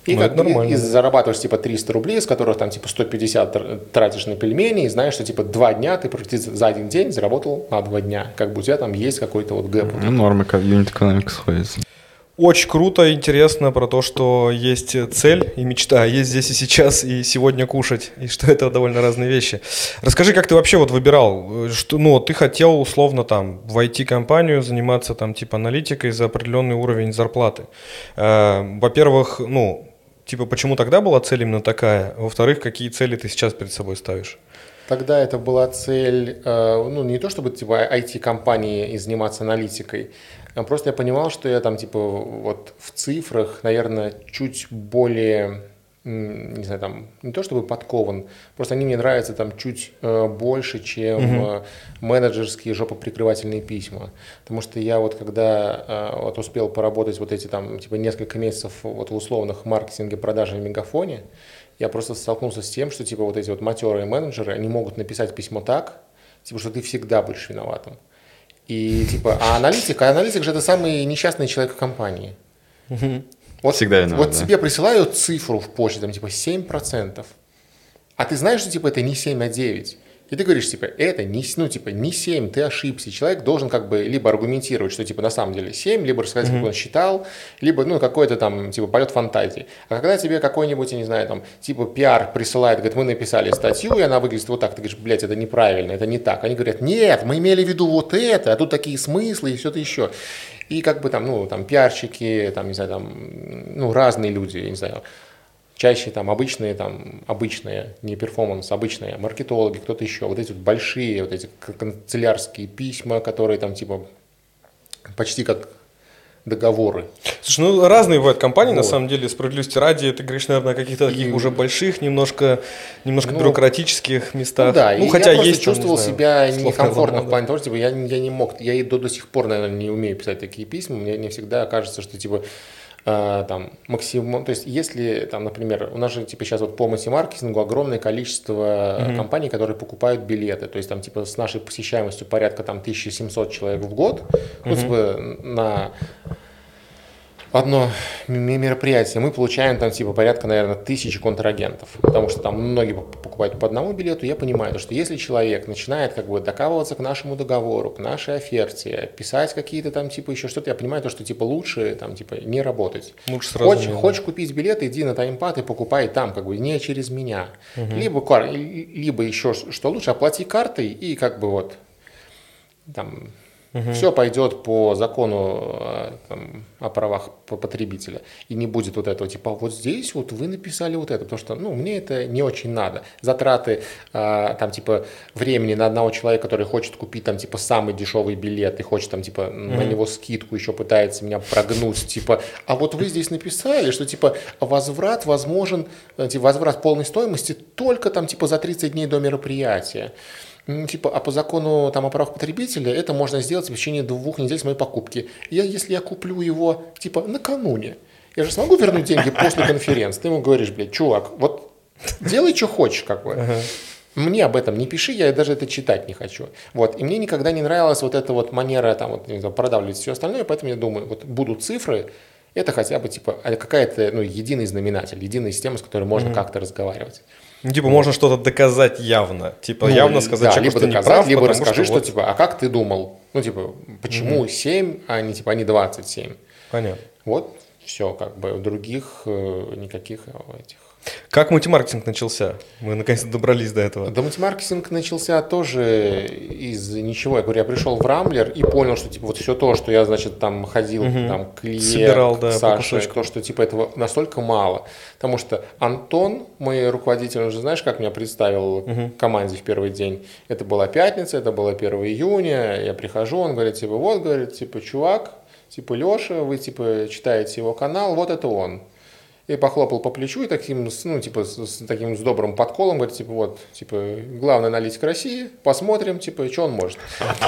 И ну, как бы и зарабатываешь типа триста рублей, из которых там типа сто пятьдесят тратишь на пельмени, и знаешь, что типа два дня ты практически за один день заработал на два дня. Как бы у тебя там есть какой-то вот гэп. Ну, норма, как юнит экономика сходится. Очень круто, интересно про то, что есть цель и мечта, есть здесь и сейчас, и сегодня кушать, и что это довольно разные вещи. Расскажи, как ты вообще вот выбирал, что, ну, ты хотел условно там в ай ти-компанию заниматься там типа аналитикой за определенный уровень зарплаты. Э, во-первых, ну, типа почему тогда была цель именно такая? Во-вторых, какие цели ты сейчас перед собой ставишь? Тогда это была цель, ну, не то чтобы типа ай ти-компании и заниматься аналитикой, а просто я понимал, что я там типа вот в цифрах, наверное, чуть более, не знаю, там, не то чтобы подкован, просто они мне нравятся там чуть больше, чем uh-huh. менеджерские жопоприкрывательные письма. Потому что я вот когда вот успел поработать вот эти там типа несколько месяцев вот в условных маркетинге, продаже в Мегафоне, я просто столкнулся с тем, что типа вот эти вот матерые менеджеры, они могут написать письмо так, типа, что ты всегда будешь виноватым. И типа, а аналитик, а аналитик же это самый несчастный человек в компании. Угу. Вот, всегда виноват, вот да. тебе присылают цифру в почте, там типа семь процентов, а ты знаешь, что типа это не семь, а девять. И ты говоришь, типа, это не, ну, типа, не семь, ты ошибся. Человек должен как бы либо аргументировать, что типа на самом деле семь, либо рассказать, mm-hmm. как он считал, либо ну, какой-то там типа полет фантазии. А когда тебе какой-нибудь, я не знаю, там, типа пиар присылает, говорит, мы написали статью, и она выглядит вот так, ты говоришь, блядь, это неправильно, это не так. Они говорят, нет, мы имели в виду вот это, а тут такие смыслы и все-то еще. И как бы там, ну, там, пиарщики, там, не знаю, там, ну, разные люди, я не знаю, чаще там обычные, там, обычные, не перформанс, обычные маркетологи, кто-то еще. Вот эти вот большие, вот эти канцелярские письма, которые там типа почти как договоры. Слушай, ну разные бывают компании, вот. На самом деле, справедливости ради, ты говоришь, наверное, о каких-то таких и... уже больших, немножко, немножко ну, бюрократических местах. Ну да, ну, и хотя я есть, просто чувствовал там, не себя знаю, некомфортно в плане того, что типа, я, я не мог, я и до, до сих пор, наверное, не умею писать такие письма, мне, мне всегда кажется, что типа там максимум, то есть если там, например, у нас же типа сейчас вот по маркетингу огромное количество mm-hmm. компаний, которые покупают билеты, то есть там типа с нашей посещаемостью порядка там тысяча семьсот человек в год, mm-hmm. ну типа на одно мероприятие мы получаем там типа порядка, наверное, тысячи контрагентов, потому что там многие покупают по одному билету. Я понимаю, что если человек начинает как бы докапываться к нашему договору, к нашей оферте, писать какие-то там типа еще что-то, я понимаю то, что типа лучше там типа не работать. Лучше сразу хочешь, не хочешь купить билеты, иди на таймпад и покупай там, как бы не через меня. Угу. Либо, либо еще что лучше, оплати картой и как бы вот там... Угу. Все пойдет по закону там, о правах потребителя. И не будет вот этого, типа, вот здесь вот вы написали вот это, потому что, ну, мне это не очень надо. Затраты, а, там, типа, времени на одного человека, который хочет купить, там, типа, самый дешевый билет и хочет, там, типа, угу. на него скидку еще пытается меня прогнуть, типа, а вот вы здесь написали, что, типа, возврат возможен, типа, возврат полной стоимости только, там, типа, за тридцать дней до мероприятия. Ну, типа, а по закону там, о правах потребителя это можно сделать в течение двух недель с моей покупки. Я, если я куплю его, типа, накануне, я же смогу вернуть деньги после конференции? Ты ему говоришь, блядь, чувак, вот делай, что хочешь, как бы. Uh-huh. Мне об этом не пиши, я даже это читать не хочу. Вот. И мне никогда не нравилась вот эта вот манера там, вот, не знаю, продавливать все остальное, поэтому я думаю, вот будут цифры, это хотя бы типа какая-то ну, единый знаменатель, единая система, с которой можно uh-huh. как-то разговаривать. Ну, типа, вот. Можно что-то доказать явно. Типа, ну, явно сказать, да, человеку, либо что доказать, ты не прав, либо расскажи, что, что вот... типа, а как ты думал? Ну, типа, почему угу. семь, а не, типа, а не двадцать семь? Понятно. Вот, все, как бы, других э, никаких этих. Как мультимаркетинг начался? Мы наконец-то добрались до этого. Да, мультимаркетинг начался тоже из ничего. Я говорю, я пришел в Рамблер и понял, что типа вот все то, что я, значит, там ходил, угу. там, к Илье, собирал, к да, Саше, то, что типа этого настолько мало. Потому что Антон, мой руководитель, он же, знаешь, как меня представил угу. команде в первый день? Это была пятница, это было первое июня, я прихожу, он говорит, типа, вот, говорит, типа, чувак, типа, Леша, вы, типа, читаете его канал, вот это он. И похлопал по плечу и таким, ну, типа, с, с таким с добрым подколом, говорит, типа, вот, типа, главный аналитик России, посмотрим, типа, что он может.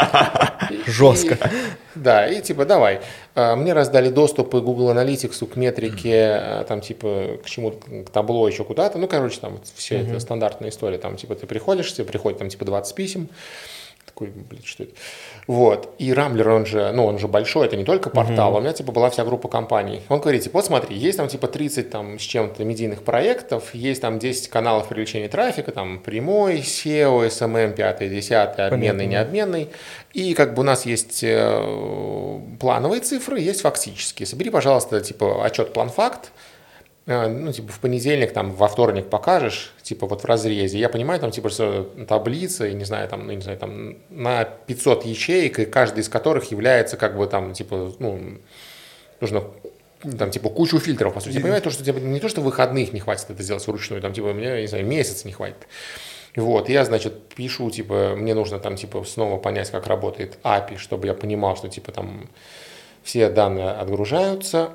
Жестко. Да, и типа, давай. Мне раздали доступы к Google Analytics, к метрике, там, типа, к чему-то, к табло, еще куда-то. Ну, короче, там, все это стандартная история. Там, типа, ты приходишь, тебе приходит, там, типа, двадцать писем. Такой, блин, что это? Вот. И Рамблер, он же, ну, он же большой, это не только портал, uh-huh. у меня, типа, была вся группа компаний. Он говорит, типа, вот смотри, есть там, типа, тридцать там с чем-то медийных проектов, есть там десять каналов привлечения трафика, там, прямой, сео, эс эм эм, пятый, десятый, обменный, Понятно. необменный. И, как бы, у нас есть э, плановые цифры, есть фактические. Собери, пожалуйста, типа, отчет план-факт, ну, типа, в понедельник, там, во вторник покажешь, типа, вот в разрезе. Я понимаю, там, типа, что таблица, и, не знаю, там, ну, не знаю, там, на пятьсот ячеек, и каждый из которых является, как бы, там, типа, ну, нужно, там, типа, кучу фильтров, по сути. Я понимаю, то, что, типа, не то, что выходных не хватит это сделать вручную, там, типа, мне, не знаю, месяца не хватит. Вот, я, значит, пишу, типа, мне нужно, там, типа, снова понять, как работает эй пи ай, чтобы я понимал, что, типа, там, все данные отгружаются.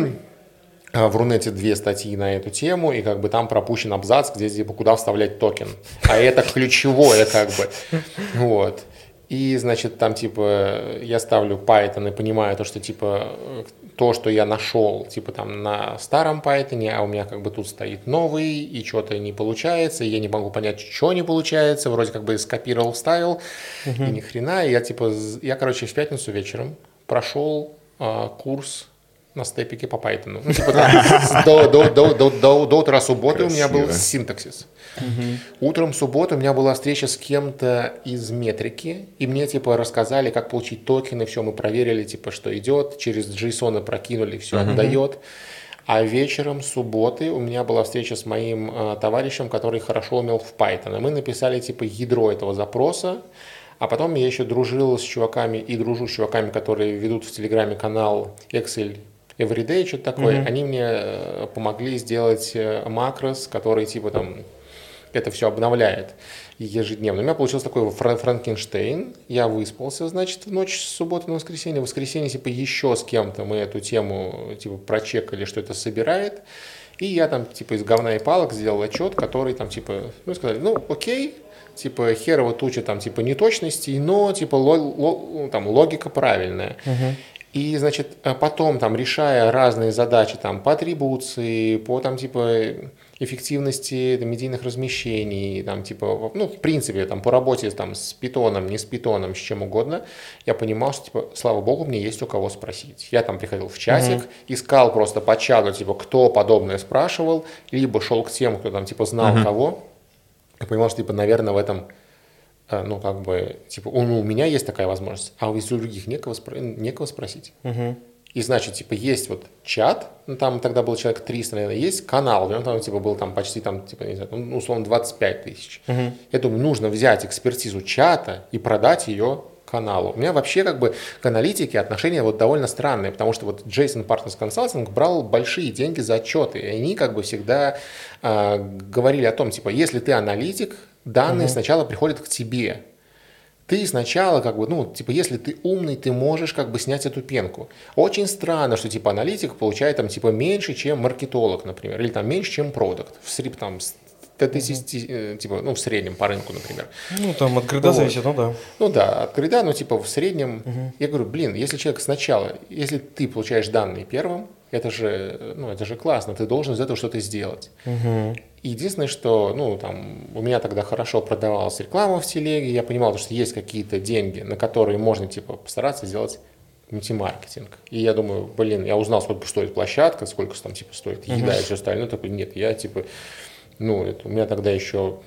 В Рунете две статьи на эту тему, и как бы там пропущен абзац, где типа куда вставлять токен. А это ключевое как бы. Вот. И, значит, там типа я ставлю Python и понимаю то, что типа то, что я нашел, типа там на старом Python, а у меня как бы тут стоит новый, и что-то не получается, и я не могу понять, что не получается, вроде как бы скопировал, вставил, угу. и ни хрена. И я типа, я, короче, в пятницу вечером прошел а, курс на степике по Python. Ну, типа, там, до, до, до, до, до, до утра субботы Красиво. У меня был синтаксис. Угу. Утром субботы у меня была встреча с кем-то из метрики, и мне типа рассказали, как получить токены, все, мы проверили, типа, что идет, через JSON прокинули, все угу. отдает. А вечером субботы у меня была встреча с моим э, товарищем, который хорошо умел в Python. И мы написали типа ядро этого запроса. А потом я еще дружил с чуваками и дружу с чуваками, которые ведут в Телеграме канал Excel Everyday, что-то такое. Mm-hmm. Они мне помогли сделать макрос, который типа там это все обновляет ежедневно. У меня получился такой Франкенштейн. Я выспался, значит, в ночь с субботы на воскресенье. В воскресенье типа еще с кем-то мы эту тему типа прочекали, что это собирает. И я там типа из говна и палок сделал отчет, который там типа, ну сказали, ну окей, типа херово туча там типа неточностей, но типа лог, лог, там логика правильная. Uh-huh. И, значит, потом, там, решая разные задачи там, по атрибуции, по там, типа, эффективности там, медийных размещений, там, типа, ну, в принципе, там, по работе там, с питоном, не с питоном, с чем угодно, я понимал, что, типа, слава богу, мне есть у кого спросить. Я там приходил в чатик, uh-huh. искал просто по чату, типа, кто подобное спрашивал, либо шел к тем, кто там, типа, знал uh-huh. кого. Я понимал, что, типа, наверное, в этом... Ну, как бы, типа, у, у меня есть такая возможность, а у других некого, спро- некого спросить. Uh-huh. И, значит, типа, есть вот чат, ну, там тогда было человек триста, наверное, есть канал, он там, типа, был там почти, там, типа, не знаю, ну, условно, двадцать пять тысяч. Uh-huh. Я думаю, нужно взять экспертизу чата и продать ее каналу. У меня вообще, как бы, к аналитике отношения вот довольно странные, потому что вот Jason Partners Consulting брал большие деньги за отчеты, и они, как бы, всегда э, говорили о том, типа, если ты аналитик, данные uh-huh. сначала приходят к тебе. Ты сначала, как бы, ну, типа, если ты умный, ты можешь, как бы, снять эту пенку. Очень странно, что, типа, аналитик получает, там, типа, меньше, чем маркетолог, например, или, там, меньше, чем продакт. В среднем, там, uh-huh. типа, ну, в среднем по рынку, например. Ну, там, от грида вот. зависит, ну, да. Ну, да, от грида, ну, типа, в среднем. Uh-huh. Я говорю, блин, если человек сначала, если ты получаешь данные первым, это же, ну, это же классно, ты должен из этого что-то сделать. Uh-huh. Единственное, что, ну, там, у меня тогда хорошо продавалась реклама в телеге, я понимал, что есть какие-то деньги, на которые можно, типа, постараться сделать мультимаркетинг. И я думаю, блин, я узнал, сколько стоит площадка, сколько там, типа, стоит еда uh-huh. и все остальное. Такой, нет, я, типа, ну, это, у меня тогда еще,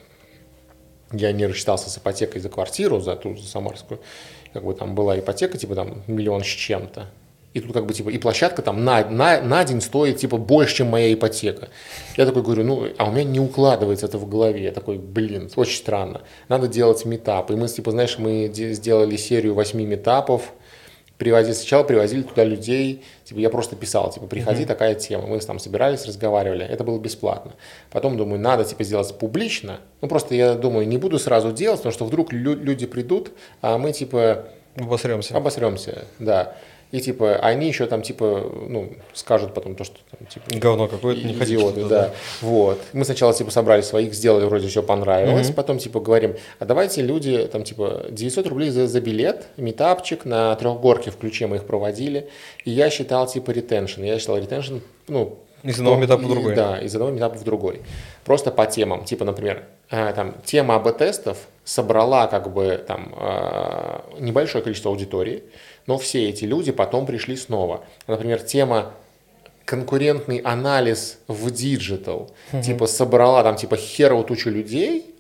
я не рассчитался с ипотекой за квартиру, за ту, за Самарскую, как бы там была ипотека, типа, там, миллион с чем-то. И тут как бы типа и площадка там на, на, на день стоит типа больше, чем моя ипотека. Я такой говорю, ну, а у меня не укладывается это в голове. Я такой, блин, очень странно. Надо делать митап. И мы, типа, знаешь, мы сделали серию восьми митапов. Привозили, сначала привозили туда людей, типа, я просто писал, типа, приходи, uh-huh. такая тема. Мы там собирались, разговаривали, это было бесплатно. Потом, думаю, надо, типа, сделать публично. Ну, просто я думаю, не буду сразу делать, потому что вдруг лю- люди придут, а мы, типа... Обосремся. Обосремся, да. И типа они еще там типа, ну, скажут потом то, что там типа говно какое-то, не идиоты, да. да. Вот. Мы сначала типа собрали своих, сделали, вроде все понравилось, mm-hmm. потом типа говорим, а давайте люди там типа девятьсот рублей за, за билет, митапчик на Трехгорке в Ключе мы их проводили, и я считал типа ретеншн, я считал ретеншн, ну, Из одного метапа в другой. Да, из одного метапа в другой. Просто по темам. Типа, например, там, тема эй би тестов собрала как бы там небольшое количество аудитории, но все эти люди потом пришли снова. Например, тема конкурентный анализ в диджитал, угу. типа собрала там типа херову тучу людей,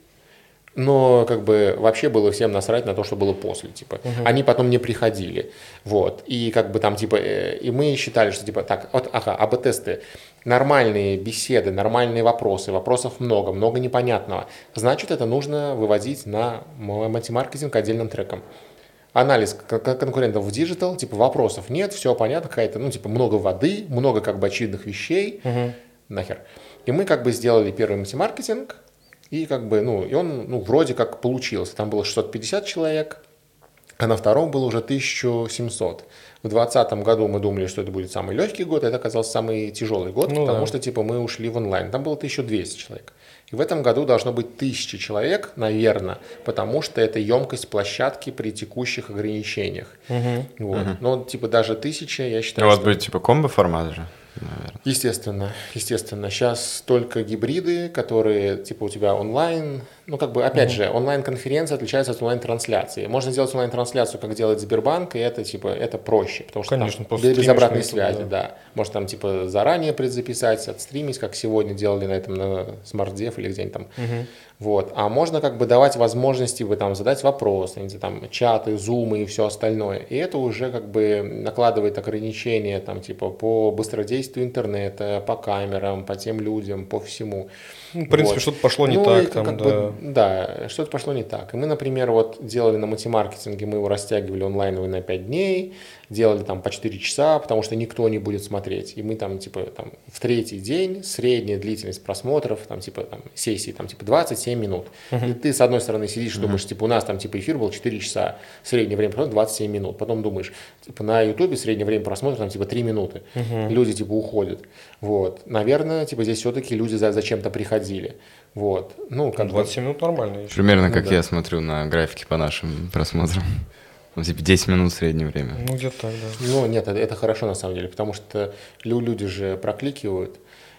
но как бы вообще было всем насрать на то, что было после, типа. Uh-huh. Они потом не приходили, вот. И как бы там типа, э, и мы считали, что типа так, вот, ага, эй би-тесты, нормальные беседы, нормальные вопросы, вопросов много, много непонятного. Значит, это нужно выводить на мультимаркетинг отдельным треком. Анализ конкурентов в диджитал, типа вопросов нет, все понятно, какая-то, ну типа много воды, много как бы очевидных вещей, uh-huh. нахер. И мы как бы сделали первый мультимаркетинг. И как бы, ну, и он, ну, вроде как получился. Там было шестьсот пятьдесят человек, а на втором было уже тысяча семьсот. В двадцатом году мы думали, что это будет самый легкий год, это оказался самый тяжелый год, ну, потому да. что, типа, мы ушли в онлайн. Там было тысяча двести человек. И в этом году должно быть тысяча человек, наверное, потому что это емкость площадки при текущих ограничениях. Угу. Вот. Угу. Но, типа, даже тысяча, я считаю, У вас что... будет, типа, комбо-формат же? Наверное. Естественно, естественно. Сейчас только гибриды, которые типа у тебя онлайн. Ну, как бы, опять mm-hmm. же, онлайн-конференция отличается от онлайн-трансляции. Можно сделать онлайн-трансляцию, как делает Сбербанк, и это, типа, это проще, потому что Конечно, там без обратной YouTube, связи, да. да. Можно там, типа, заранее предзаписать, отстримить, как сегодня делали на этом, на SmartDev или где-нибудь там. Mm-hmm. Вот. А можно, как бы, давать возможности, вы там задать вопросы, там, чаты, зумы и все остальное. И это уже, как бы, накладывает ограничения, там, типа, по быстродействию интернета, по камерам, по тем людям, по всему. Ну, в принципе, вот. Что-то пошло не ну, так. Там, как да. бы, да, что-то пошло не так. И мы, например, вот делали на мультимаркетинге, мы его растягивали онлайновый на пять дней, делали там по четыре часа, потому что никто не будет смотреть. И мы там, типа, там, в третий день средняя длительность просмотров, там, типа, там, сессии, там, типа, двадцать семь минут. Uh-huh. И ты, с одной стороны, сидишь и uh-huh. думаешь, типа, у нас там, типа, эфир был четыре часа, среднее время просмотра двадцать семь минут. Потом думаешь, типа, на Ютубе среднее время просмотра, там, типа, три минуты. Uh-huh. Люди, типа, уходят. Вот. Наверное, типа, здесь все-таки люди за, зачем-то приходили. Вот. Ну, как двадцать семь минут нормально еще. Примерно ну, как да. я смотрю на графике по нашим просмотрам. Ну, типа десять минут среднее время. Ну, где-то так, да. Ну, нет, это, это хорошо на самом деле, потому что люди же прокликивают.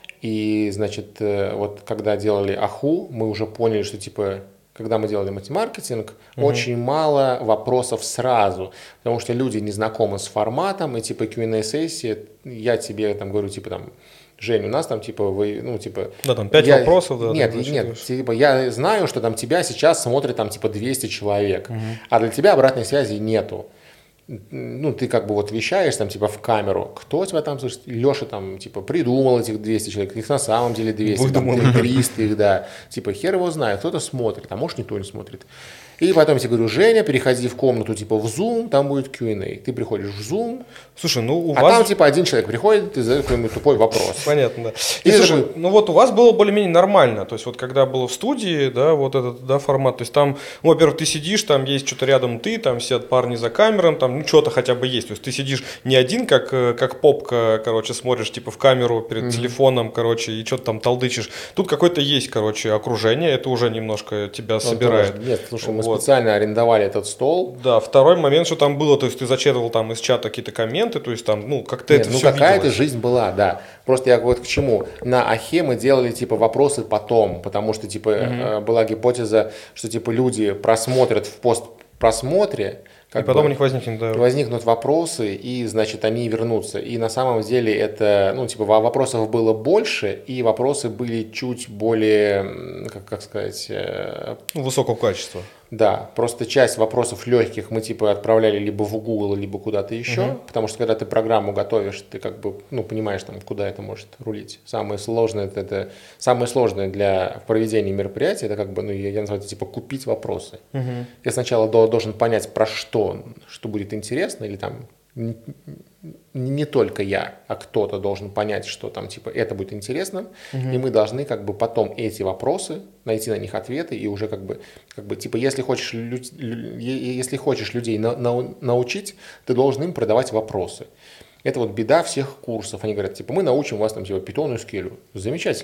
И, значит, вот когда делали Аху, мы уже поняли, что, типа, когда мы делали мультимаркетинг, угу. очень мало вопросов сразу, потому что люди не знакомы с форматом, и, типа, кью энд эй-сессия, я тебе там говорю, типа, там, Жень, у нас там, типа, вы, ну, типа... Да, там пять я, вопросов, да. Нет, нет, типа, я знаю, что там тебя сейчас смотрит, там, типа, двести человек, угу. а для тебя обратной связи нету. Ну, ты как бы вот вещаешь там, типа, в камеру, кто тебя там слышит? Леша там, типа, придумал этих двести человек, их на самом деле двести, там, триста их, да. Типа, хер его знает, кто-то смотрит, а может, никто не смотрит. И потом я тебе говорю, Женя, переходи в комнату, типа, в Zoom, там будет кью энд эй. Ты приходишь в Zoom, слушай, ну, у а вас... там, типа, один человек приходит и задает какой-нибудь тупой вопрос. Понятно, да. И, слушай, такой... ну вот у вас было более-менее нормально, то есть вот когда было в студии, да, вот этот, да, формат, то есть там, ну, во-первых, ты сидишь, там есть что-то рядом ты, там сидят парни за камером, там, ну, что-то хотя бы есть, то есть ты сидишь не один, как, как попка, короче, смотришь, типа, в камеру перед mm-hmm. телефоном, короче, и что-то там толдычишь. Тут какое-то есть, короче, окружение, это уже немножко тебя ну, собирает. Тоже. Нет, слушай, мы вот. специально арендовали этот стол. Да, второй момент, что там было, то есть ты зачитывал там из чата какие-то комменты, то есть там, ну, как-то Нет, это ну, все какая-то виделось. жизнь была, да. Просто я вот к чему. На Ахе мы делали, типа, вопросы потом, потому что, типа, угу. была гипотеза, что, типа, люди просмотрят в постпросмотре, как и потом бы, у них возникнет, да. возникнут вопросы, и, значит, они вернутся. И на самом деле это, ну, типа, вопросов было больше, и вопросы были чуть более, как, как сказать... Высокого качества. Да, просто часть вопросов легких мы типа отправляли либо в Google, либо куда-то еще, uh-huh. потому что когда ты программу готовишь, ты как бы, ну, понимаешь, там, куда это может рулить. Самое сложное, это, это самое сложное для проведения мероприятия, это как бы, ну, я, я называю это типа купить вопросы. Uh-huh. Я сначала до, должен понять, про что, что будет интересно, или там не, не только я, а кто-то должен понять, что там типа это будет интересно, uh-huh. и мы должны как бы потом эти вопросы найти на них ответы и уже как бы, как бы типа если хочешь, лю- если хочешь людей на- на- научить, ты должен им продавать вопросы. Это вот беда всех курсов. Они говорят, типа, мы научим вас там типа питону и скелю. Замечательно.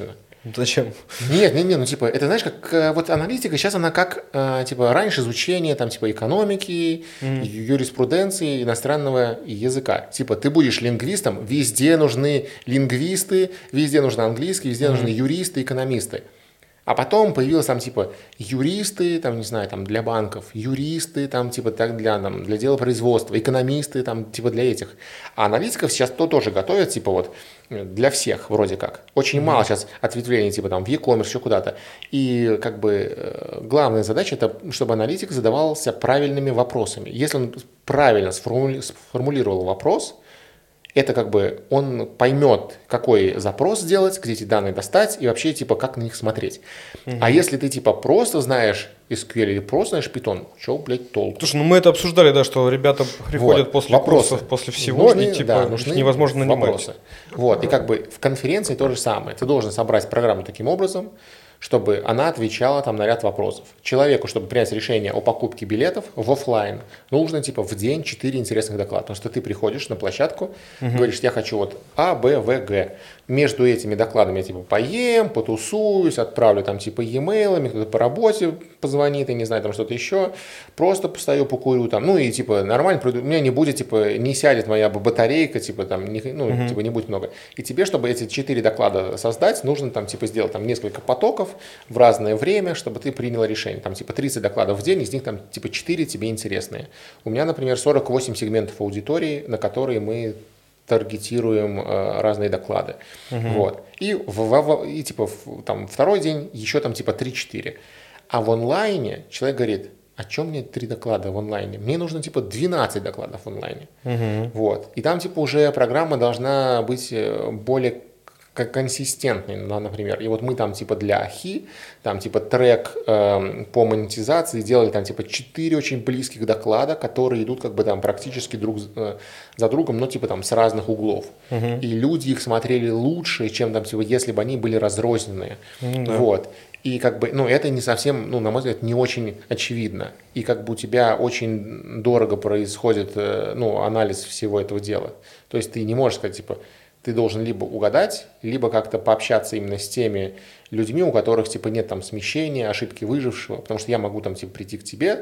Зачем? Нет, нет, нет, ну типа, это знаешь, как э, вот аналитика, сейчас она как, э, типа, раньше изучение, там, типа, экономики, mm. юриспруденции, иностранного языка. Типа, ты будешь лингвистом, везде нужны лингвисты, везде нужны английский, везде mm. нужны юристы, экономисты. А потом появилось там типа юристы, там, не знаю, там для банков, юристы, там, типа так для, там, для дела производства, экономисты, там, типа для этих. А аналитиков сейчас то тоже готовят, типа вот для всех вроде как. Очень mm-hmm. мало сейчас ответвлений, типа там в e-commerce, еще куда-то. И как бы главная задача это, чтобы аналитик задавался правильными вопросами. Если он правильно сформули- сформулировал вопрос, это как бы он поймет, какой запрос сделать, где эти данные достать и вообще типа как на них смотреть. Угу. А если ты типа просто знаешь эс кью эль или просто знаешь Python, что, блядь, толку? Слушай, ну мы это обсуждали, да, что ребята приходят вот. после вопросы. курсов, после всего, нужны, и типа да, нужны невозможно нанимать. Вопросы. Вот, и как бы в конференции то же самое. Ты должен собрать программу таким образом, чтобы она отвечала там на ряд вопросов. Человеку, чтобы принять решение о покупке билетов в офлайн, нужно типа в день четыре интересных доклада. Потому что ты приходишь на площадку, угу. говоришь, я хочу вот А, Б, В, Г. Между этими докладами я типа поем, потусуюсь, отправлю там типа e-mail'ами, кто-то по работе позвонит, я не знаю, там что-то еще. Просто постою, покурю там. Ну и типа нормально, у меня не будет, типа не сядет моя батарейка, типа там, не, ну угу. типа не будет много. И тебе, чтобы эти четыре доклада создать, нужно там типа сделать там несколько потоков в разное время, чтобы ты принял решение. Там типа тридцать докладов в день, из них там типа четыре тебе интересные. У меня, например, сорок восемь сегментов аудитории, на которые мы таргетируем э, разные доклады. Uh-huh. Вот. И, в, в, и типа в, там, второй день еще там типа три-четыре. А в онлайне человек говорит, о чем мне три доклада в онлайне? Мне нужно типа двенадцать докладов в онлайне. Uh-huh. Вот. И там типа уже программа должна быть более как консистентный, например. И вот мы там типа для АХИ, там типа трек э, по монетизации делали там типа четыре очень близких доклада, которые идут как бы там практически друг э, за другом, но типа там с разных углов. Uh-huh. И люди их смотрели лучше, чем там типа если бы они были разрозненные. Uh-huh. Вот. И как бы, ну, это не совсем, ну, на мой взгляд, не очень очевидно. И как бы у тебя очень дорого происходит, э, ну, анализ всего этого дела. То есть ты не можешь сказать, типа, ты должен либо угадать, либо как-то пообщаться именно с теми людьми, у которых типа нет там смещения, ошибки выжившего, потому что я могу там типа прийти к тебе,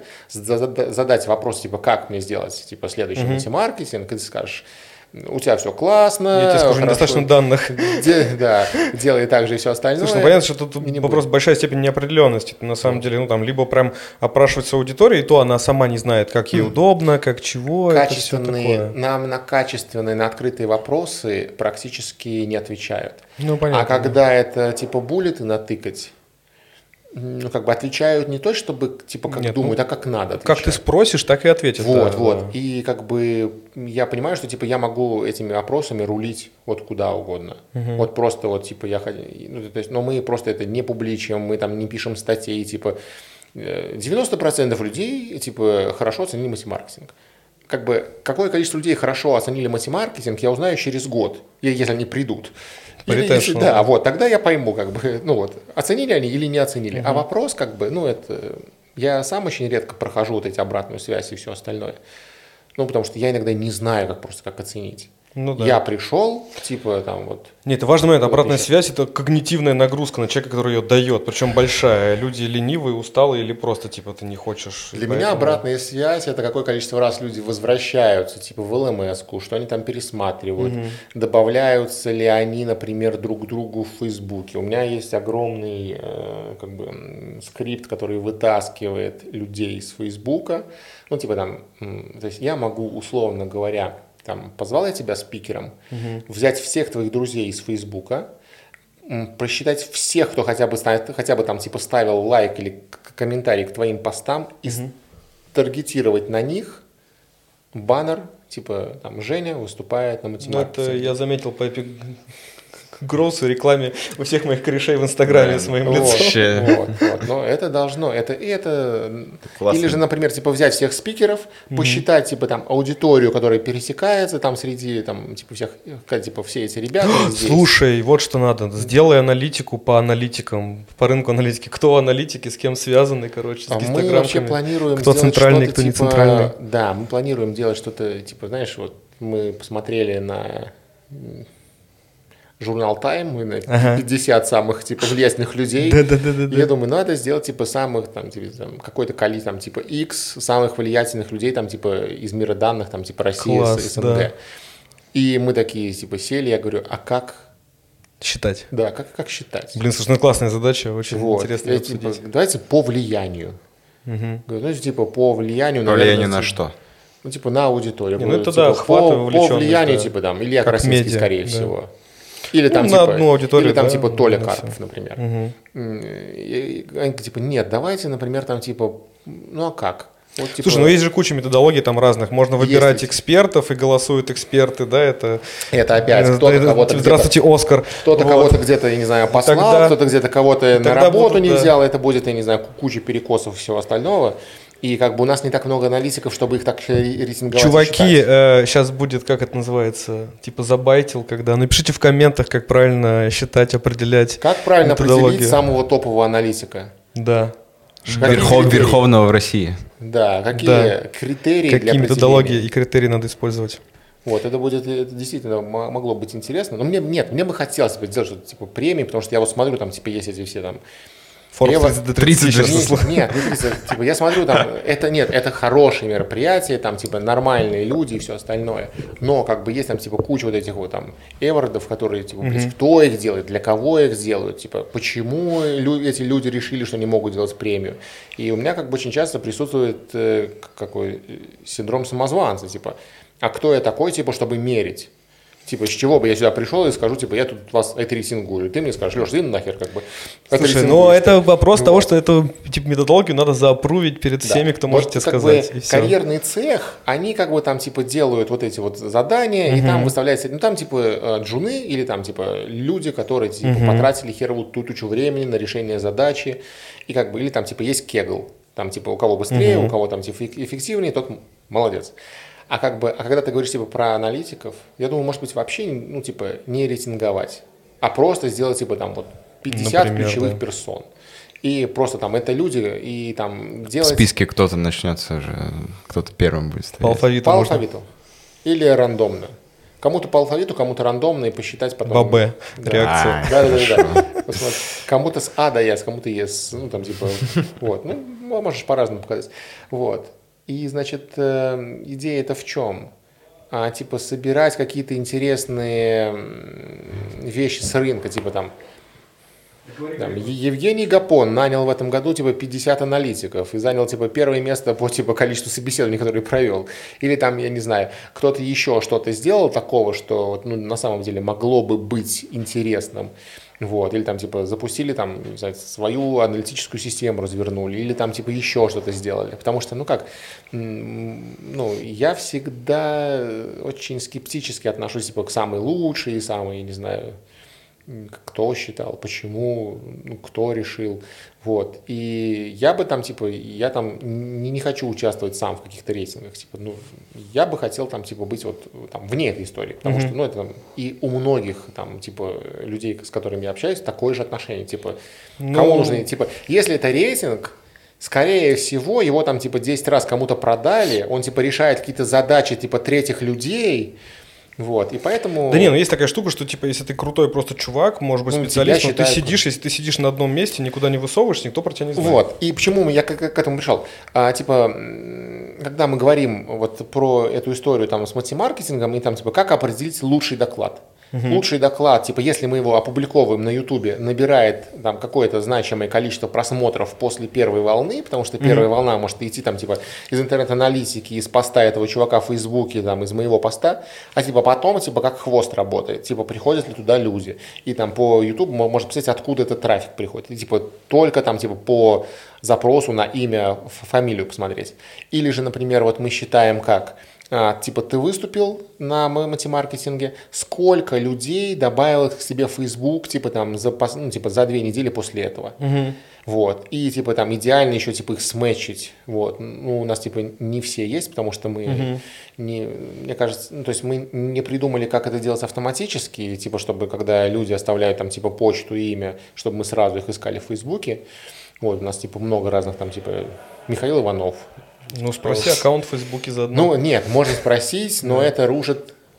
задать вопрос типа как мне сделать типа следующий mm-hmm. маркетинг, и ты скажешь, у тебя все классно. Я тебе скажу, недостаточно данных. Де, да, делай так же и все остальное. Слушай, ну понятно, что тут вопрос большая степень неопределенности. На самом деле, ну там, либо прям опрашивать с аудиторией, и то она сама не знает, как ей удобно, как чего. Качественные, это все такое. Нам на качественные, на открытые вопросы практически не отвечают. Ну, понятно. А когда это типа буллеты натыкать, ну, как бы отвечают не то, чтобы, типа, как Нет, думают, ну, а как надо отвечать. Как ты спросишь, так и ответят. Вот, да, вот. Да. И как бы я понимаю, что, типа, я могу этими вопросами рулить вот куда угодно. Угу. Вот просто вот, типа, я... Ну, то есть, но мы просто это не публичим, мы там не пишем статей, типа, девяносто процентов людей, типа, хорошо оценили матемаркетинг. Как бы, какое количество людей хорошо оценили матемаркетинг, я узнаю через год, если они придут. Или, если, да, вот, тогда я пойму, как бы, ну вот, оценили они или не оценили. Угу. А вопрос, как бы, ну, это, я сам очень редко прохожу вот эти обратную связь и все остальное. Ну, потому что я иногда не знаю, как просто, как оценить. Ну, да. Я пришел, типа, там вот. Нет, это важный момент. Обратная связь – это когнитивная нагрузка на человека, который ее дает, причем большая. Люди ленивые, усталые или просто, типа, ты не хочешь. Для поэтому... меня обратная связь – это какое количество раз люди возвращаются, типа, в эл эм эс-ку, что они там пересматривают, угу. добавляются ли они, например, друг к другу в Фейсбуке. У меня есть огромный, э, как бы, скрипт, который вытаскивает людей из Фейсбука. Ну, типа, там, то есть я могу, условно говоря, там, позвал я тебя спикером, угу. взять всех твоих друзей из Фейсбука, просчитать всех, кто хотя бы, хотя бы там типа ставил лайк или комментарий к твоим постам, и угу. таргетировать на них баннер, типа там Женя выступает на математике. Ну, это я заметил по Epic Growth рекламе у всех моих корешей в Инстаграме да, с моим вот, лицом. Вот, вот. Но это должно, это, это... Или же, например, типа взять всех спикеров, mm-hmm. посчитать типа там аудиторию, которая пересекается там среди там типа всех, типа все эти ребята. Слушай, вот что надо, сделай аналитику по аналитикам, по рынку аналитики, кто аналитики, с кем связаны, короче, с а мы вообще планируем кто центральный, кто типа, не центральный. Да, мы планируем делать что-то типа, знаешь, вот мы посмотрели на журнал Time, ага. пятьдесят самых, типа, влиятельных людей. Да-да-да. Я думаю, надо сделать, типа, самых, там, типа, там, какое-то количество, там, типа, X самых влиятельных людей, там, типа, из мира данных, там, типа, Россия, Класс, СНГ. да. И мы такие, типа, сели, я говорю, а как... Считать. Да, как, как считать? Блин, слушай, ну классная задача, очень вот. интересно я, типа, давайте по влиянию. Угу. Говорю, ну, типа, по влиянию, По наверное, влиянию на типа, что? Ну, типа, на аудиторию. Не, ну, это типа, да, по, по влиянию, да. типа, там, Илья как Красинский, медиа, скорее да. всего. Или там, ну, типа, на одну аудиторию, или там, да, типа, Толя Карпов, все. например. Угу. И они, типа, нет, давайте, например, там, типа, ну, а как? Вот, типа, слушай, ну есть же куча методологий там разных. Можно выбирать есть. экспертов, и голосуют эксперты, да, это... Это опять кто-то это, кого-то здравствуйте, где-то, Оскар. Кто-то вот. кого-то где-то, я не знаю, послал, тогда, кто-то где-то кого-то на работу будут, не да. взял, это будет, я не знаю, куча перекосов и всего остального. И как бы у нас не так много аналитиков, чтобы их так рейтинговать. Чуваки, э, сейчас будет, как это называется, типа забайтил, когда... Напишите в комментах, как правильно считать, определять Как правильно определить самого топового аналитика? Да. Верхов, Верховного в России. Да, какие да. критерии какие для методологии и критерии надо использовать. Вот, это будет, это действительно могло быть интересно. Но мне, нет, мне бы хотелось бы сделать что-то типа премии, потому что я вот смотрю, там, типа, есть эти все там... Forbes до тридцати Нет, нет, не тридцать, типа, я смотрю, там, это нет, это хорошие мероприятия, там, типа, нормальные люди и все остальное. Но, как бы, есть там, типа, куча вот этих вот там эвардов, которые, типа, mm-hmm. кто их делает, для кого их делают, типа, почему лю- эти люди решили, что не могут делать премию. И у меня, как бы, очень часто присутствует э, какой синдром самозванца, типа, а кто я такой, типа, чтобы мерить? Типа, с чего бы я сюда пришел и скажу, типа, я тут вас это рейтингую. Ты мне скажешь, Леш, ты нахер, как бы. Слушай, ну это вопрос вот. того, что эту типа методологию надо заапрувить перед да. всеми, кто вот может тебе сказать. Бы, карьерный цех, они как бы там типа делают вот эти вот задания, угу. и там выставляется, ну там типа джуны или там типа люди, которые типа угу. потратили херовую тучу времени на решение задачи, и как бы, или там типа есть кегл, там типа у кого быстрее, угу. у кого там типа эффективнее, тот молодец. А, как бы, а когда ты говоришь типа, про аналитиков, я думаю, может быть, вообще ну, типа, не рейтинговать, а просто сделать типа, там, вот, пятьдесят Например, ключевых да. персон. И просто там это люди, и там делать... В списке кто-то начнется же, кто-то первым будет стоять. По алфавиту. По алфавиту. Или рандомно. Кому-то по алфавиту, кому-то рандомно, и посчитать потом... По Б. Да. Реакция. Да-да-да. Кому-то с А до Я, кому-то Е, ну там типа... Вот. Ну, можешь по-разному показать. Вот. И, значит, идея это в чем? А, типа собирать какие-то интересные вещи с рынка, типа там, там Евгений Гапон нанял в этом году типа пятьдесят аналитиков и занял типа первое место по типа количеству собеседований, которые провел. Или там, я не знаю, кто-то еще что-то сделал такого, что ну, на самом деле могло бы быть интересным. Вот, или там, типа, запустили там, не знаю, свою аналитическую систему развернули, или там, типа, еще что-то сделали. Потому что, ну как, ну, я всегда очень скептически отношусь, типа, к самой лучшей, самой, не знаю, кто считал, почему, ну, кто решил. Вот. И я бы там, типа, я там не, не хочу участвовать сам в каких-то рейтингах. Типа, ну, я бы хотел там, типа, быть вот там вне этой истории. Потому mm-hmm. что, ну, это там, и у многих там, типа, людей, с которыми я общаюсь, такое же отношение. Типа, ну... кому нужно, типа, если это рейтинг, скорее всего, его там, типа, десять раз кому-то продали, он, типа, решает какие-то задачи, типа, третьих людей. Вот, и поэтому... Да не, ну есть такая штука, что типа если ты крутой просто чувак, может быть, ну, специалист, но считаю, ты сидишь, если ты сидишь на одном месте, никуда не высовываешься, никто про тебя не знает. Вот, и почему я к, к этому пришел? А, типа, когда мы говорим вот про эту историю там с мультимаркетингом, и там типа, как определить лучший доклад? Угу. Лучший доклад, типа, если мы его опубликовываем на Ютубе, набирает там какое-то значимое количество просмотров после первой волны, потому что первая угу. волна может идти там, типа, из интернет-аналитики, из поста этого чувака в Фейсбуке, там, из моего поста, а типа потом, типа, как хвост работает, типа, приходят ли туда люди, и там по Ютубу можно посмотреть, откуда этот трафик приходит, и типа, только там, типа, по запросу на имя, фамилию посмотреть. Или же, например, вот мы считаем как... А, типа ты выступил на мультимаркетинге, сколько людей добавил к себе в Facebook, типа там за, ну, типа, за две недели после этого. Угу. Вот. И типа там идеально еще типа их сметчить. Вот. Ну, у нас типа не все есть, потому что мы угу. не, мне кажется, ну, то есть мы не придумали, как это делать автоматически, типа, чтобы когда люди оставляют там типа почту и имя, чтобы мы сразу их искали в Фейсбуке. Вот, у нас типа много разных там типа Михаил Иванов. Ну, спроси аккаунт в Фейсбуке заодно. Ну, нет, можно спросить, но это рушит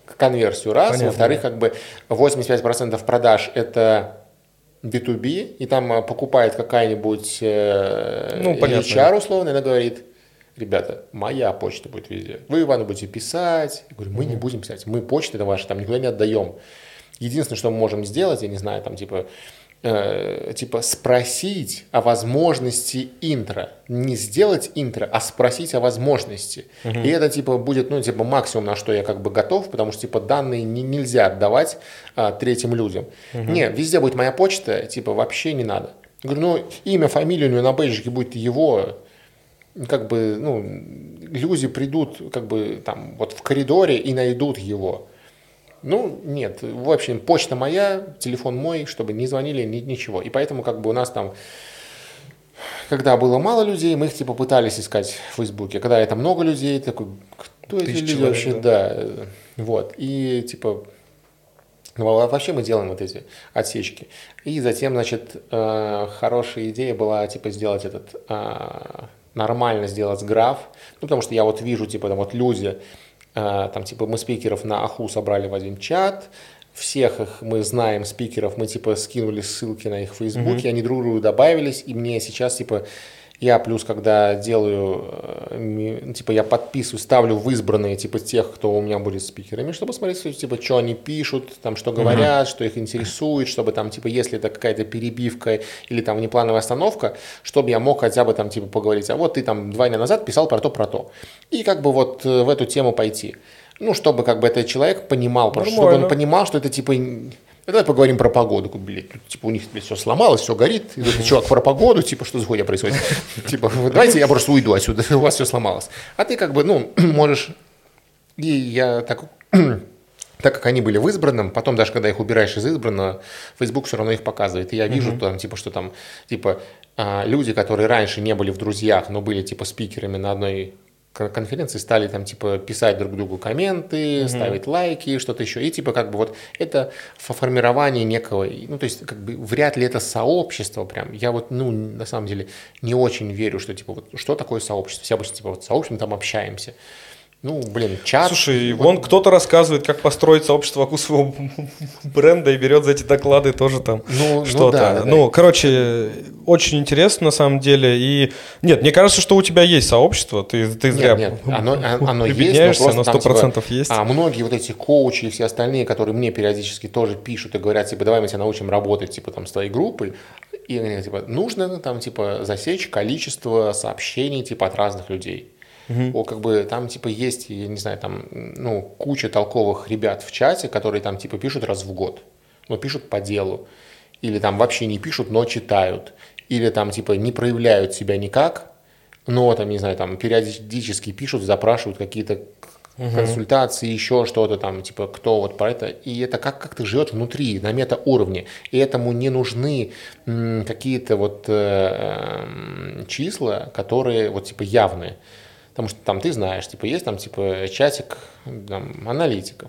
конверсию раз, Понятно. во-вторых, как бы восемьдесят пять процентов продаж это би ту би, и там покупает какая-нибудь э, ну, эйч ар условно, она говорит: ребята, моя почта будет везде. Вы, Иван, будете писать. Я говорю, мы mm-hmm. не будем писать. Мы почты это ваши там никуда не отдаем. Единственное, что мы можем сделать, я не знаю, там типа, э, типа спросить о возможности интро. Не сделать интро, а спросить о возможности. Mm-hmm. И это типа будет, ну, типа максимум, на что я как бы готов, потому что типа данные не, нельзя отдавать а, третьим людям. Mm-hmm. Не, везде будет моя почта, типа вообще не надо. Я говорю, ну, имя, фамилия у него на бейджике будет его. Как бы, ну, люди придут, как бы, там, вот в коридоре и найдут его. Ну, нет, в общем, почта моя, телефон мой, чтобы не звонили, ни, ничего. И поэтому, как бы, у нас там, когда было мало людей, мы их, типа, пытались искать в Фейсбуке. Когда это много людей, такой, кто эти люди человек, вообще, да. да. Вот, и, типа, ну, вообще мы делаем вот эти отсечки. И затем, значит, хорошая идея была, типа, сделать этот... нормально сделать граф, ну, потому что я вот вижу, типа, там вот люди, э, там, типа, мы спикеров на Аху собрали в один чат, всех их мы знаем, спикеров, мы, типа, скинули ссылки на их в Фейсбуке, mm-hmm. они друг другу добавились, и мне сейчас, типа, я плюс, когда делаю, э, типа, я подписываю, ставлю в избранные, типа, тех, кто у меня будет спикерами, чтобы смотреть, типа, что они пишут, там, что говорят, mm-hmm. что их интересует, чтобы там, типа, если это какая-то перебивка или там внеплановая остановка, чтобы я мог хотя бы там, типа, поговорить, а вот ты там два дня назад писал про то, про то. И как бы вот в эту тему пойти. Ну, чтобы как бы этот человек понимал, просто, чтобы он понимал, что это, типа... Давай поговорим про погоду. Блин, типа у них все сломалось, все горит. И говорит, чувак, про погоду, типа, что за хуйня происходит? Типа, давайте я просто уйду отсюда, у вас все сломалось. А ты как бы, ну, можешь... И я так... Так как они были в избранном, потом даже когда их убираешь из избранного, Facebook все равно их показывает. И я вижу, mm-hmm. там, типа, что там, типа, люди, которые раньше не были в друзьях, но были, типа, спикерами на одной конференции, стали там, типа, писать друг другу комменты, mm-hmm. ставить лайки, что-то еще. И, типа, как бы вот это формирование некого, ну, то есть, как бы, вряд ли это сообщество прям. Я вот, ну, на самом деле, не очень верю, что, типа, вот, что такое сообщество? Все обычно, типа, вот, сообщество, там общаемся. Ну, блин, чат. Слушай, вот. Вон кто-то рассказывает, как построить сообщество вокруг своего бренда и берет за эти доклады тоже там ну, что-то. Ну, да, да, ну да. короче, очень интересно на самом деле. И нет, мне кажется, что у тебя есть сообщество. Ты, ты нет, зря нет, оно, оно есть, но оно сто процентов типа, есть. А многие вот эти коучи и все остальные, которые мне периодически тоже пишут и говорят, типа, давай мы тебя научим работать, типа, там, с твоей группой. И они, типа, нужно там, типа, засечь количество сообщений, типа, от разных людей. Угу. О, как бы там типа есть, я не знаю, там, ну, куча толковых ребят в чате, которые там типа пишут раз в год, но пишут по делу, или там вообще не пишут, но читают, или там типа не проявляют себя никак, но там, не знаю, там периодически пишут, запрашивают какие-то угу. консультации, еще что-то там, типа кто вот про это, и это как- как-то живет внутри, на метауровне, и этому не нужны м, какие-то вот э, э, числа, которые вот типа явные. Потому что там ты знаешь, типа есть там типа чатик там, аналитиков.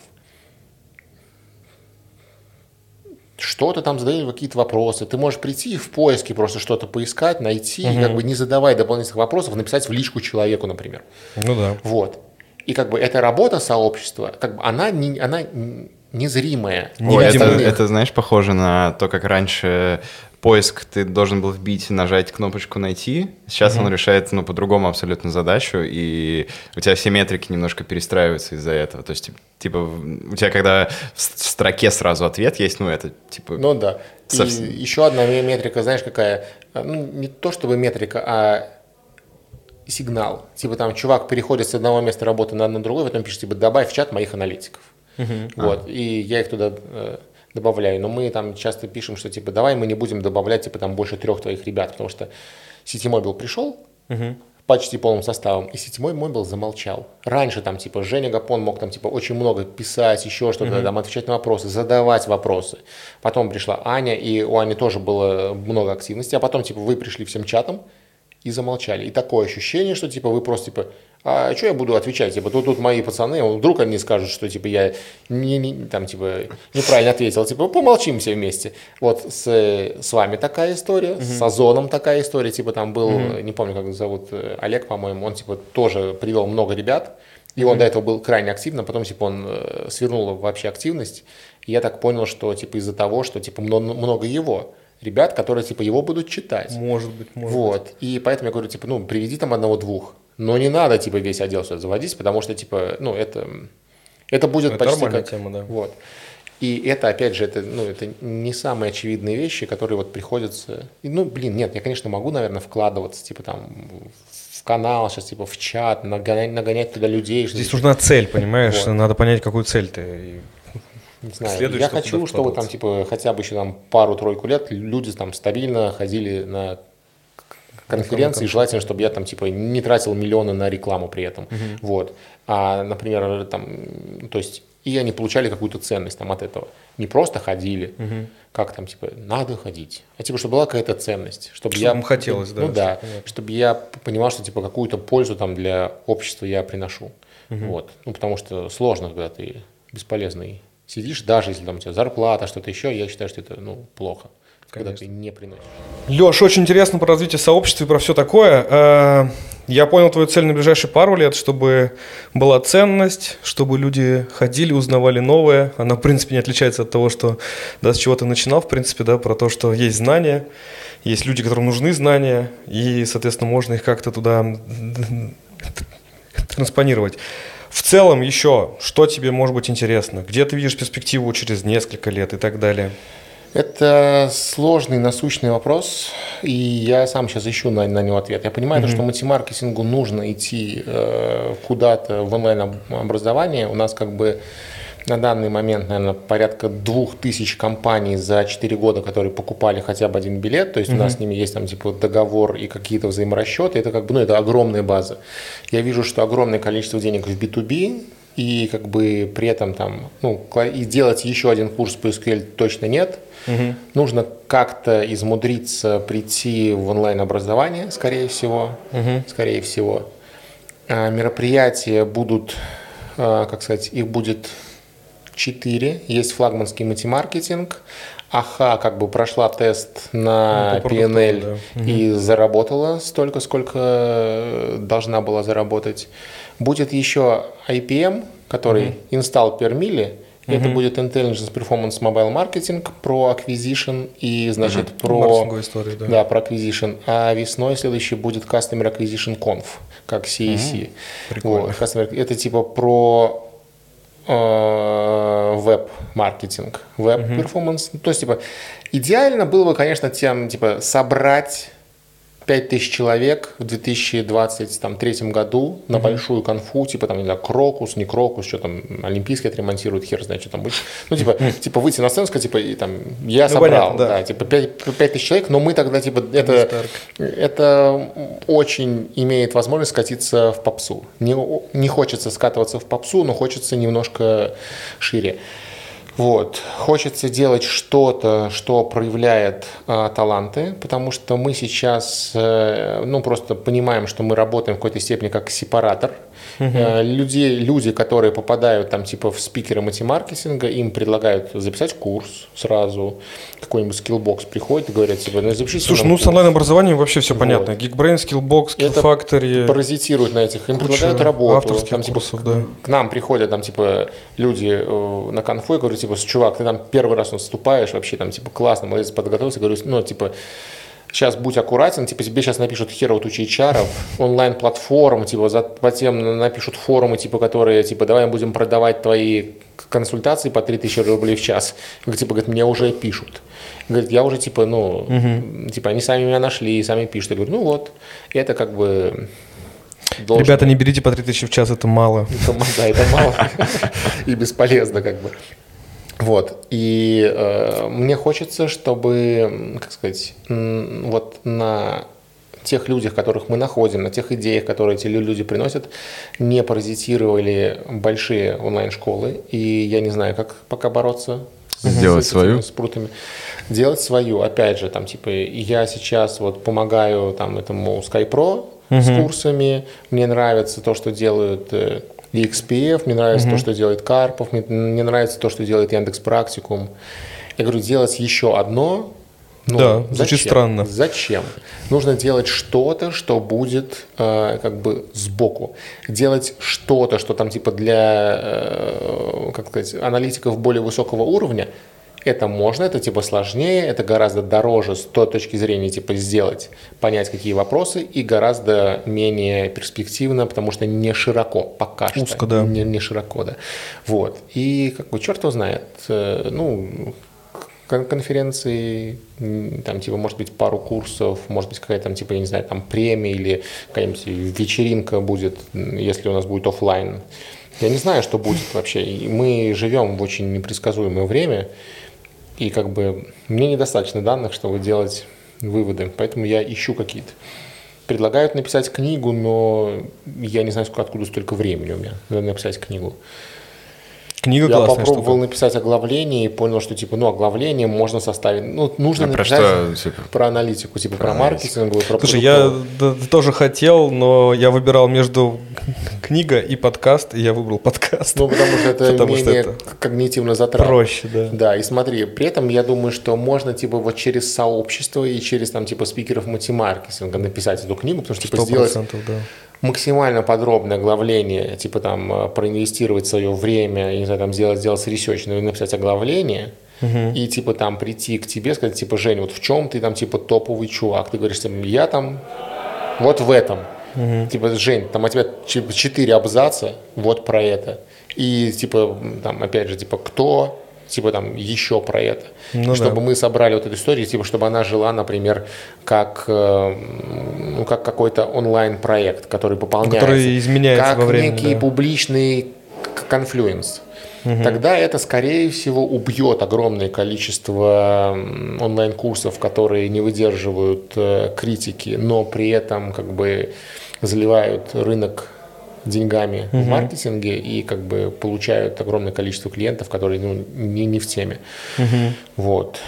Что-то там задают какие-то вопросы. Ты можешь прийти в поиске просто что-то поискать, найти, угу. и как бы не задавая дополнительных вопросов, написать в личку человеку, например. Ну да. Вот. И как бы эта работа сообщества, как бы она не, она незримая. Ой, это, это, знаешь, похоже на то, как раньше поиск ты должен был вбить, нажать кнопочку «Найти». Сейчас mm-hmm. он решает, ну, по-другому абсолютно задачу, и у тебя все метрики немножко перестраиваются из-за этого. То есть, типа, у тебя когда в строке сразу ответ есть, ну, это, типа... Ну, да. Совсем... И еще одна метрика, знаешь, какая? Ну, не то чтобы метрика, а сигнал. Типа, там, чувак переходит с одного места работы на одно другое, потом пишет, типа, добавь в чат моих аналитиков. Mm-hmm. Вот. А. И я их туда... добавляю, но мы там часто пишем, что типа давай мы не будем добавлять типа там больше трех твоих ребят, потому что Ситимобил пришел uh-huh. почти полным составом, и Ситимобил замолчал. Раньше там типа Женя Гапон мог там типа очень много писать, еще что-то, uh-huh. там отвечать на вопросы, задавать вопросы. Потом пришла Аня, и у Ани тоже было много активности, а потом типа вы пришли всем чатом и замолчали. И такое ощущение, что типа вы просто типа а что я буду отвечать? Типа, тут, тут мои пацаны, вдруг они скажут, что типа я не, не, там, типа, неправильно ответил. Типа, помолчим все вместе. Вот с, с вами такая история, uh-huh. с Озоном такая история. Типа, там был, uh-huh. не помню, как зовут, Олег, по-моему, он типа тоже привел много ребят. И он mm-hmm. до этого был крайне активным, потом, типа, он э, свернул вообще активность. И я так понял, что, типа, из-за того, что, типа, много, много его ребят, которые, типа, его будут читать. Может быть, может вот. быть. И поэтому я говорю, типа, ну, приведи там одного-двух. Но не надо, типа, весь отдел сюда заводить, потому что, типа, ну, это, это будет это почти нормальная как... тема, да. Вот. И это, опять же, это, ну, это не самые очевидные вещи, которые вот приходится... И, ну, блин, нет, я, конечно, могу, наверное, вкладываться, типа, там, в канал, сейчас, типа, в чат, нагонять, нагонять туда людей. Здесь нужна цель, понимаешь? Вот. Надо понять, какую цель ты... Не знаю, я хочу, чтобы там, типа, хотя бы еще там пару-тройку лет люди там стабильно ходили на конференции, желательно, чтобы я там, типа, не тратил миллионы на рекламу при этом. Uh-huh. Вот. А, например, там, то есть, и они получали какую-то ценность там от этого. Не просто ходили, uh-huh. как там, типа, надо ходить, а типа, чтобы была какая-то ценность. Чтобы, чтобы я, им хотелось, да. Ну да, чтобы я понимал, что, типа, какую-то пользу там для общества я приношу. Uh-huh. Вот. Ну, потому что сложно, когда ты бесполезный сидишь, даже если там у тебя зарплата, что-то еще, я считаю, что это, ну, плохо. Конечно. Когда ты не приносишь. Леш, очень интересно про развитие сообщества и про все такое. Я понял твою цель на ближайшие пару лет, чтобы была ценность, чтобы люди ходили, узнавали новое. Она, в принципе, не отличается от того, что, да, с чего ты начинал, в принципе, да, про то, что есть знания, есть люди, которым нужны знания, и, соответственно, можно их как-то туда транспонировать. В целом еще, что тебе может быть интересно? Где ты видишь перспективу через несколько лет и так далее? Это сложный, насущный вопрос, и я сам сейчас ищу на, на него ответ. Я понимаю, mm-hmm. что мультимаркетингу нужно идти э, куда-то в онлайн-образование. У нас как бы на данный момент, наверное, порядка двух тысяч компаний за четыре года, которые покупали хотя бы один билет. То есть mm-hmm. у нас с ними есть там типа договор и какие-то взаиморасчеты. Это как бы, ну, это огромная база. Я вижу, что огромное количество денег в би ту би, и как бы при этом там, ну, и делать еще один курс по эс ку эль точно нет. Угу. Нужно как-то измудриться прийти в онлайн-образование, скорее всего. Угу. Скорее всего. А мероприятия будут, как сказать, их будет четыре. Есть флагманский мультимаркетинг. АХА как бы прошла тест на ну, пи эн эль да. и угу. заработала столько, сколько должна была заработать. Будет еще ай пи эм, который угу. Install per Mille. Uh-huh. Это будет Intelligence Performance Mobile Marketing, про Acquisition и, значит, uh-huh. про, историю, да. Да, про Acquisition. А весной следующий будет Customer Acquisition Conf, как си эй си. Uh-huh. Прикольно. Вот. Это типа про э, веб-маркетинг, веб-перформанс. Uh-huh. То есть, типа, идеально было бы, конечно, тем, типа, собрать пять тысяч человек в две тысячи двадцать третьем году на mm-hmm. большую конфу, типа там, не знаю, Крокус, не Крокус, что там, Олимпийский отремонтируют, хер знает, что там будет. Ну, типа, mm-hmm. типа выйти на сцену, сказать, типа, и, там, я ну, собрал, понятно, да. да, типа, пять тысяч человек, но мы тогда, типа, это, это очень имеет возможность скатиться в попсу. Не, не хочется скатываться в попсу, но хочется немножко шире. Вот. Хочется делать что-то, что проявляет э, таланты, потому что мы сейчас э, ну, просто понимаем, что мы работаем в какой-то степени как сепаратор. Uh-huh. Э, люди, люди, которые попадают там, типа, в спикеры мультимаркетинга, им предлагают записать курс сразу, какой-нибудь Skillbox приходит и говорят, типа, ну запишите. Слушай, ну с онлайн-образованием вообще все вот. Понятно. Geekbrain, Skillbox, Skillfactory. Это паразитируют на этих, им предлагают работу. Авторских там, курсов, типа, да. К нам приходят там, типа, люди э, на конфу и говорят, типа, чувак, ты там первый раз наступаешь, вообще там, типа, классно, молодец, подготовился, говорю, ну, типа, сейчас будь аккуратен, типа, тебе сейчас напишут херово тучи эйч ар, онлайн-платформ, типа, затем напишут форумы, типа, которые, типа, давай будем продавать твои консультации по три тысячи рублей в час. Говорит, типа, говорит, мне уже пишут. Говорит, я уже, типа, ну, угу. типа, они сами меня нашли, сами пишут. Я говорю, ну вот, это как бы... Должен... Ребята, не берите по три тысячи в час, это мало. Это, да, это мало и бесполезно, как бы. Вот, и э, мне хочется, чтобы, как сказать, м- вот на тех людях, которых мы находим, на тех идеях, которые эти люди приносят, не паразитировали большие онлайн-школы, и я не знаю, как пока бороться сделать с, с свою спрутами. Делать свою, опять же, там, типа, я сейчас вот помогаю там этому SkyPro uh-huh. с курсами, мне нравится то, что делают и икс пи эф, мне нравится uh-huh. то, что делает Карпов, мне, мне нравится то, что делает Яндекс Практикум. Я говорю, делать еще одно, Ну, да, звучит странно. Зачем? Нужно делать что-то, что будет э, как бы сбоку. Делать что-то, что там типа для э, как сказать, аналитиков более высокого уровня. Это можно, это типа сложнее, это гораздо дороже с той точки зрения типа сделать, понять какие вопросы, и гораздо менее перспективно, потому что не широко пока что. Узко, да. Не, не широко, да. Вот. И как бы черт его знает. Э, ну, конференции, там, типа, может быть, пару курсов, может быть, какая-то там, типа, я не знаю, там, премия или какая-нибудь вечеринка будет, если у нас будет офлайн. Я не знаю, что будет вообще. И мы живем в очень непредсказуемое время, и как бы мне недостаточно данных, чтобы делать выводы, поэтому я ищу какие-то. Предлагают написать книгу, но я не знаю, сколько, откуда столько времени у меня. Надо написать книгу. Книга я классная попробовал штука. написать оглавление и понял, что типа, ну, оглавление можно составить. Ну, нужно а написать про, что, типа? про аналитику, типа про, про маркетинг, про Слушай, я да, тоже хотел, но я выбирал между книга и подкаст, и я выбрал подкаст. Ну, потому что это потому менее что это когнитивно затратно. Проще, да. Да, и смотри, при этом я думаю, что можно типа вот через сообщество и через там типа спикеров мультимаркетинга написать эту книгу, потому что типа сделать да. максимально подробное оглавление, типа там проинвестировать свое время, я не знаю, там сделать, сделать ресерч, но написать оглавление, uh-huh. и типа там прийти к тебе, сказать, типа, Жень, вот в чем ты там типа топовый чувак? Ты говоришь, я там вот в этом. Uh-huh. Типа, Жень, там у тебя четыре абзаца вот про это. И типа там опять же, типа, кто... типа там еще про это, ну, чтобы да. мы собрали вот эту историю, типа чтобы она жила, например, как, ну, как какой-то онлайн-проект, который пополняется, который изменяется как во времени, некий да. публичный конфлюенс. Угу. Тогда это, скорее всего, убьет огромное количество онлайн-курсов, которые не выдерживают критики, но при этом как бы заливают рынок деньгами uh-huh. в маркетинге и как бы получают огромное количество клиентов, которые ну, не, не в теме. Uh-huh. Вот.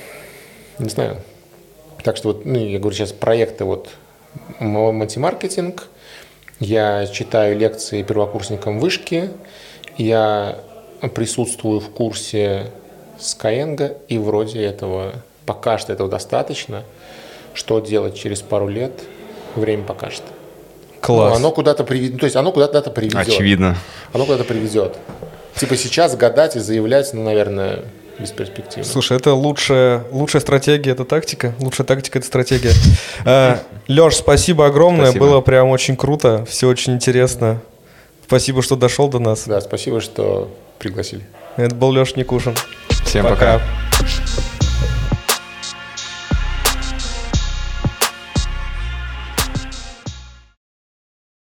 Не знаю. Так что вот, ну, я говорю сейчас проекты вот мультимаркетинг, я читаю лекции первокурсникам вышки, я присутствую в курсе Skyeng, и вроде этого, пока что этого достаточно. Что делать через пару лет, время покажет. Класс. Ну, оно куда-то приведет, то есть оно куда-то приведет. Очевидно. Оно куда-то приведет. Типа сейчас гадать и заявлять, ну, наверное, бесперспективно. Слушай, это лучшая, лучшая стратегия, это тактика. Лучшая тактика – это стратегия. Леш, спасибо огромное. Спасибо. Было прям очень круто. Все очень интересно. Спасибо, что дошел до нас. Да, спасибо, что пригласили. Это был Леша Никушин. Всем пока. пока.